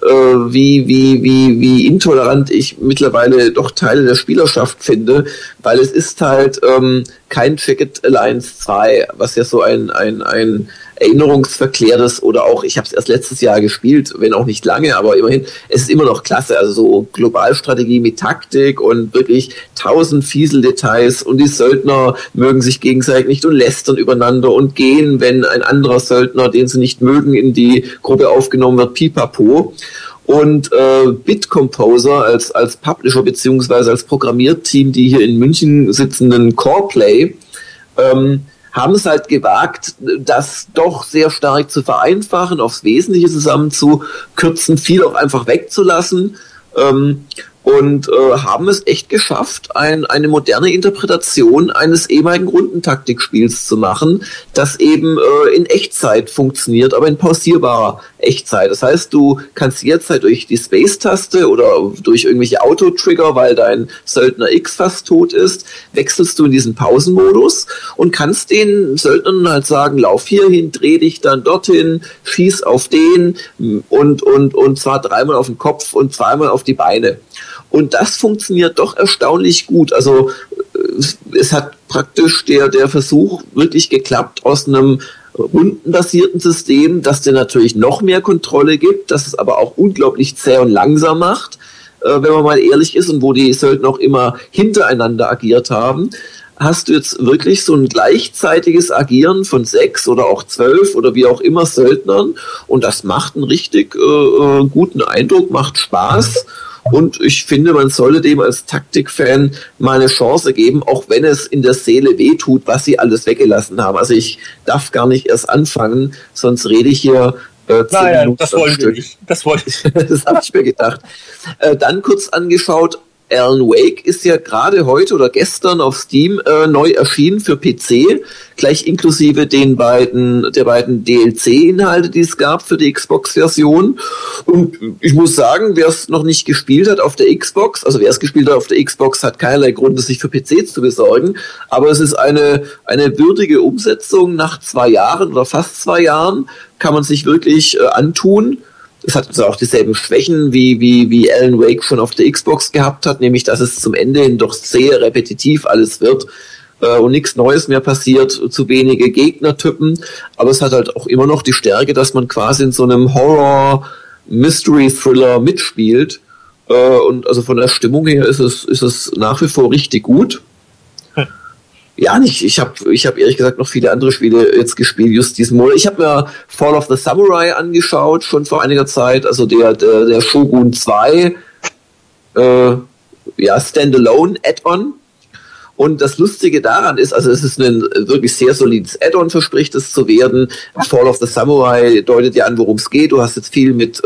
wie intolerant ich mittlerweile doch Teile der Spielerschaft finde, weil es ist halt kein Jagged Alliance 2, was ja so ein erinnerungsverklärtes oder auch, ich habe es erst letztes Jahr gespielt, wenn auch nicht lange, aber immerhin, es ist immer noch klasse, also so Globalstrategie mit Taktik und wirklich 1000 Fieseldetails und die Söldner mögen sich gegenseitig nicht und lästern übereinander und gehen, wenn ein anderer Söldner, den sie nicht mögen, in die Gruppe aufgenommen wird, pipapo. und Bitcomposer als Publisher beziehungsweise als Programmierteam, die hier in München sitzenden Coreplay, haben es halt gewagt, das doch sehr stark zu vereinfachen, aufs Wesentliche zusammenzukürzen, viel auch einfach wegzulassen, und haben es echt geschafft, eine moderne Interpretation eines ehemaligen Rundentaktikspiels zu machen, das eben in Echtzeit funktioniert, aber in pausierbarer Echtzeit. Das heißt, du kannst jetzt halt durch die Space-Taste oder durch irgendwelche Auto-Trigger, weil dein Söldner X fast tot ist, wechselst du in diesen Pausenmodus und kannst den Söldnern halt sagen, lauf hier hin, dreh dich dann dorthin, schieß auf den und zwar 3-mal auf den Kopf und 2-mal auf die Beine. Und das funktioniert doch erstaunlich gut. Also es hat praktisch der Versuch wirklich geklappt, aus einem rundenbasierten System, das dir natürlich noch mehr Kontrolle gibt, das es aber auch unglaublich zäh und langsam macht, wenn man mal ehrlich ist, und wo die Söldner auch immer hintereinander agiert haben, hast du jetzt wirklich so ein gleichzeitiges Agieren von 6 oder auch 12 oder wie auch immer Söldnern, und das macht einen richtig guten Eindruck, macht Spaß. Und ich finde, man sollte dem als Taktikfan mal eine Chance geben, auch wenn es in der Seele wehtut, was sie alles weggelassen haben. Also ich darf gar nicht erst anfangen, sonst rede ich hier 10 Minuten. Das wollen wir nicht. Das wollte ich. Das habe ich mir gedacht. Dann kurz angeschaut, Alan Wake ist ja gerade heute oder gestern auf Steam neu erschienen für PC, gleich inklusive der beiden DLC-Inhalte, die es gab für die Xbox-Version. Und ich muss sagen, wer es noch nicht gespielt hat auf der Xbox, also wer es gespielt hat auf der Xbox, hat keinerlei Grund, es sich für PC zu besorgen. Aber es ist eine würdige Umsetzung nach 2 Jahren oder fast 2 Jahren, kann man sich wirklich antun. Es hat also auch dieselben Schwächen, wie Alan Wake schon auf der Xbox gehabt hat, nämlich dass es zum Ende hin doch sehr repetitiv alles wird und nichts Neues mehr passiert, zu wenige Gegnertypen. Aber es hat halt auch immer noch die Stärke, dass man quasi in so einem Horror-Mystery-Thriller mitspielt. Und also von der Stimmung her ist es nach wie vor richtig gut. Ja, nicht. Ich hab ehrlich gesagt noch viele andere Spiele jetzt gespielt, just diesen Monat. Ich habe mir Fall of the Samurai angeschaut, schon vor einiger Zeit, also der Shogun 2 Standalone Add-on. Und das Lustige daran ist, also es ist ein wirklich sehr solides Add-on, verspricht es zu werden. Fall of the Samurai deutet ja an, worum es geht. Du hast jetzt viel mit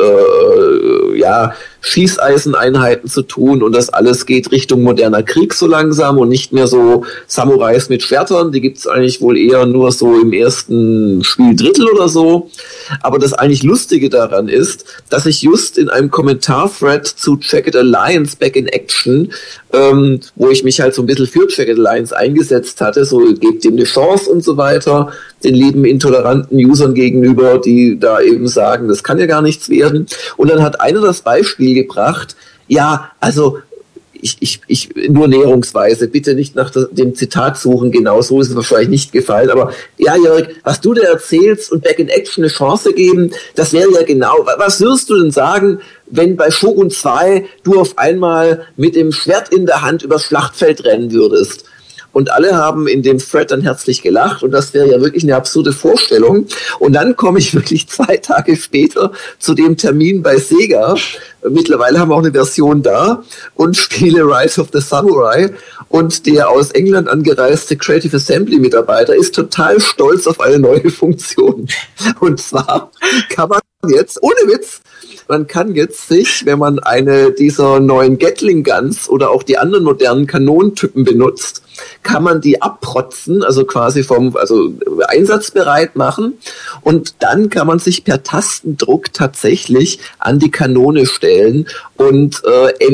Schießeiseneinheiten zu tun, und das alles geht Richtung moderner Krieg so langsam und nicht mehr so Samurais mit Schwertern. Die gibt's eigentlich wohl eher nur so im ersten Spieldrittel oder so. Aber das eigentlich Lustige daran ist, dass ich just in einem Kommentar-Thread zu Jagged Alliance Back in Action, wo ich mich halt so ein bisschen für Jagged Alliance eingesetzt hatte, so gebt ihm eine Chance und so weiter, den lieben intoleranten Usern gegenüber, die da eben sagen, das kann ja gar nichts werden. Und dann hat einer das Beispiel gebracht, ja, also ich nur näherungsweise, bitte nicht nach dem Zitat suchen, genau so ist es wahrscheinlich nicht gefallen, aber ja, Jörg, was du da erzählst und Back in Action eine Chance geben, das wäre ja genau, was würdest du denn sagen, wenn bei Shogun 2 du auf einmal mit dem Schwert in der Hand übers Schlachtfeld rennen würdest? Und alle haben in dem Thread dann herzlich gelacht, und das wäre ja wirklich eine absurde Vorstellung. Und dann komme ich wirklich 2 Tage später zu dem Termin bei Sega. Mittlerweile haben wir auch eine Version da und spiele Rise of the Samurai. Und der aus England angereiste Creative Assembly Mitarbeiter ist total stolz auf eine neue Funktion. Und zwar kann man jetzt, ohne Witz, man kann jetzt sich, wenn man eine dieser neuen Gatling Guns oder auch die anderen modernen Kanonentypen benutzt, kann man die abprotzen, also quasi einsatzbereit machen, und dann kann man sich per Tastendruck tatsächlich an die Kanone stellen und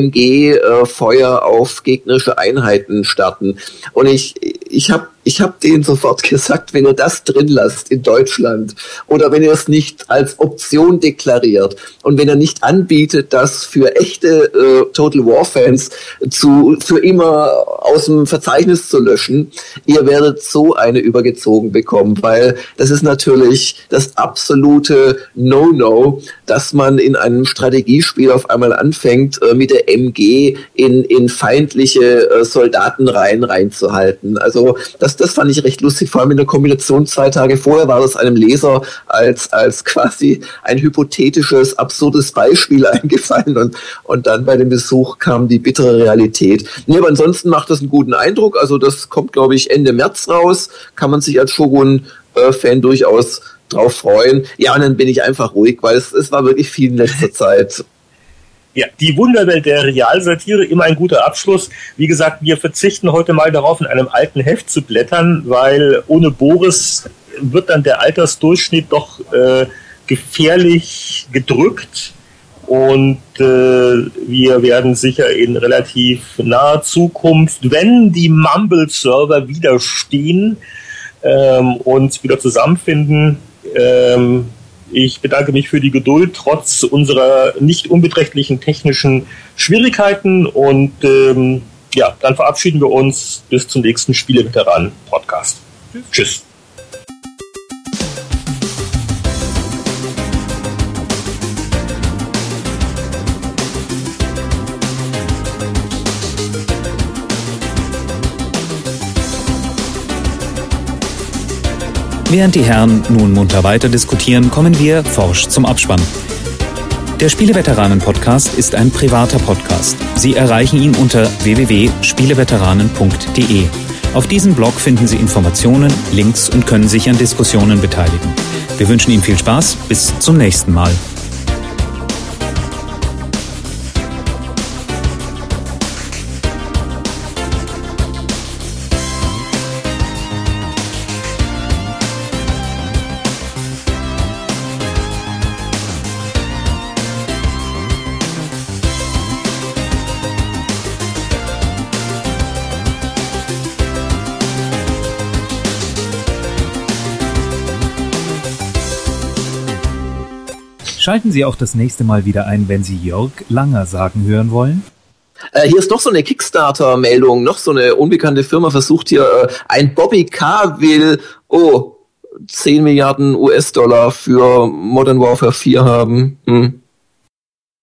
MG-Feuer auf gegnerische Einheiten starten. Und ich hab denen sofort gesagt, wenn ihr das drin lasst in Deutschland oder wenn ihr es nicht als Option deklariert und wenn ihr nicht anbietet, das für echte Total War Fans für immer aus dem Verzeichnis zu löschen, ihr werdet so eine übergezogen bekommen, weil das ist natürlich das absolute No-No, dass man in einem Strategiespiel auf einmal anfängt, mit der MG in feindliche Soldatenreihen reinzuhalten. Also das das fand ich recht lustig, vor allem in der Kombination 2 Tage vorher war das einem Leser als quasi ein hypothetisches, absurdes Beispiel eingefallen und dann bei dem Besuch kam die bittere Realität. Nee, aber ansonsten macht das einen guten Eindruck, also das kommt, glaube ich, Ende März raus, kann man sich als Shogun-Fan durchaus drauf freuen. Ja, und dann bin ich einfach ruhig, weil es war wirklich viel in letzter Zeit. Ja, die Wunderwelt der Realsatire, immer ein guter Abschluss. Wie gesagt, wir verzichten heute mal darauf, in einem alten Heft zu blättern, weil ohne Boris wird dann der Altersdurchschnitt doch gefährlich gedrückt. Und wir werden sicher in relativ naher Zukunft, wenn die Mumble-Server wieder stehen, uns wieder zusammenfinden. Ich bedanke mich für die Geduld, trotz unserer nicht unbeträchtlichen technischen Schwierigkeiten. Und ja, dann verabschieden wir uns bis zum nächsten Spieleveteranen-Podcast. Tschüss. Während die Herren nun munter weiter diskutieren, kommen wir forsch zum Abspann. Der Spieleveteranen-Podcast ist ein privater Podcast. Sie erreichen ihn unter www.spieleveteranen.de. Auf diesem Blog finden Sie Informationen, Links und können sich an Diskussionen beteiligen. Wir wünschen Ihnen viel Spaß. Bis zum nächsten Mal. Schalten Sie auch das nächste Mal wieder ein, wenn Sie Jörg Langer sagen hören wollen. Hier ist noch so eine Kickstarter-Meldung, noch so eine unbekannte Firma versucht hier, ein Bobby K. will 10 Milliarden US-Dollar für Modern Warfare 4 haben.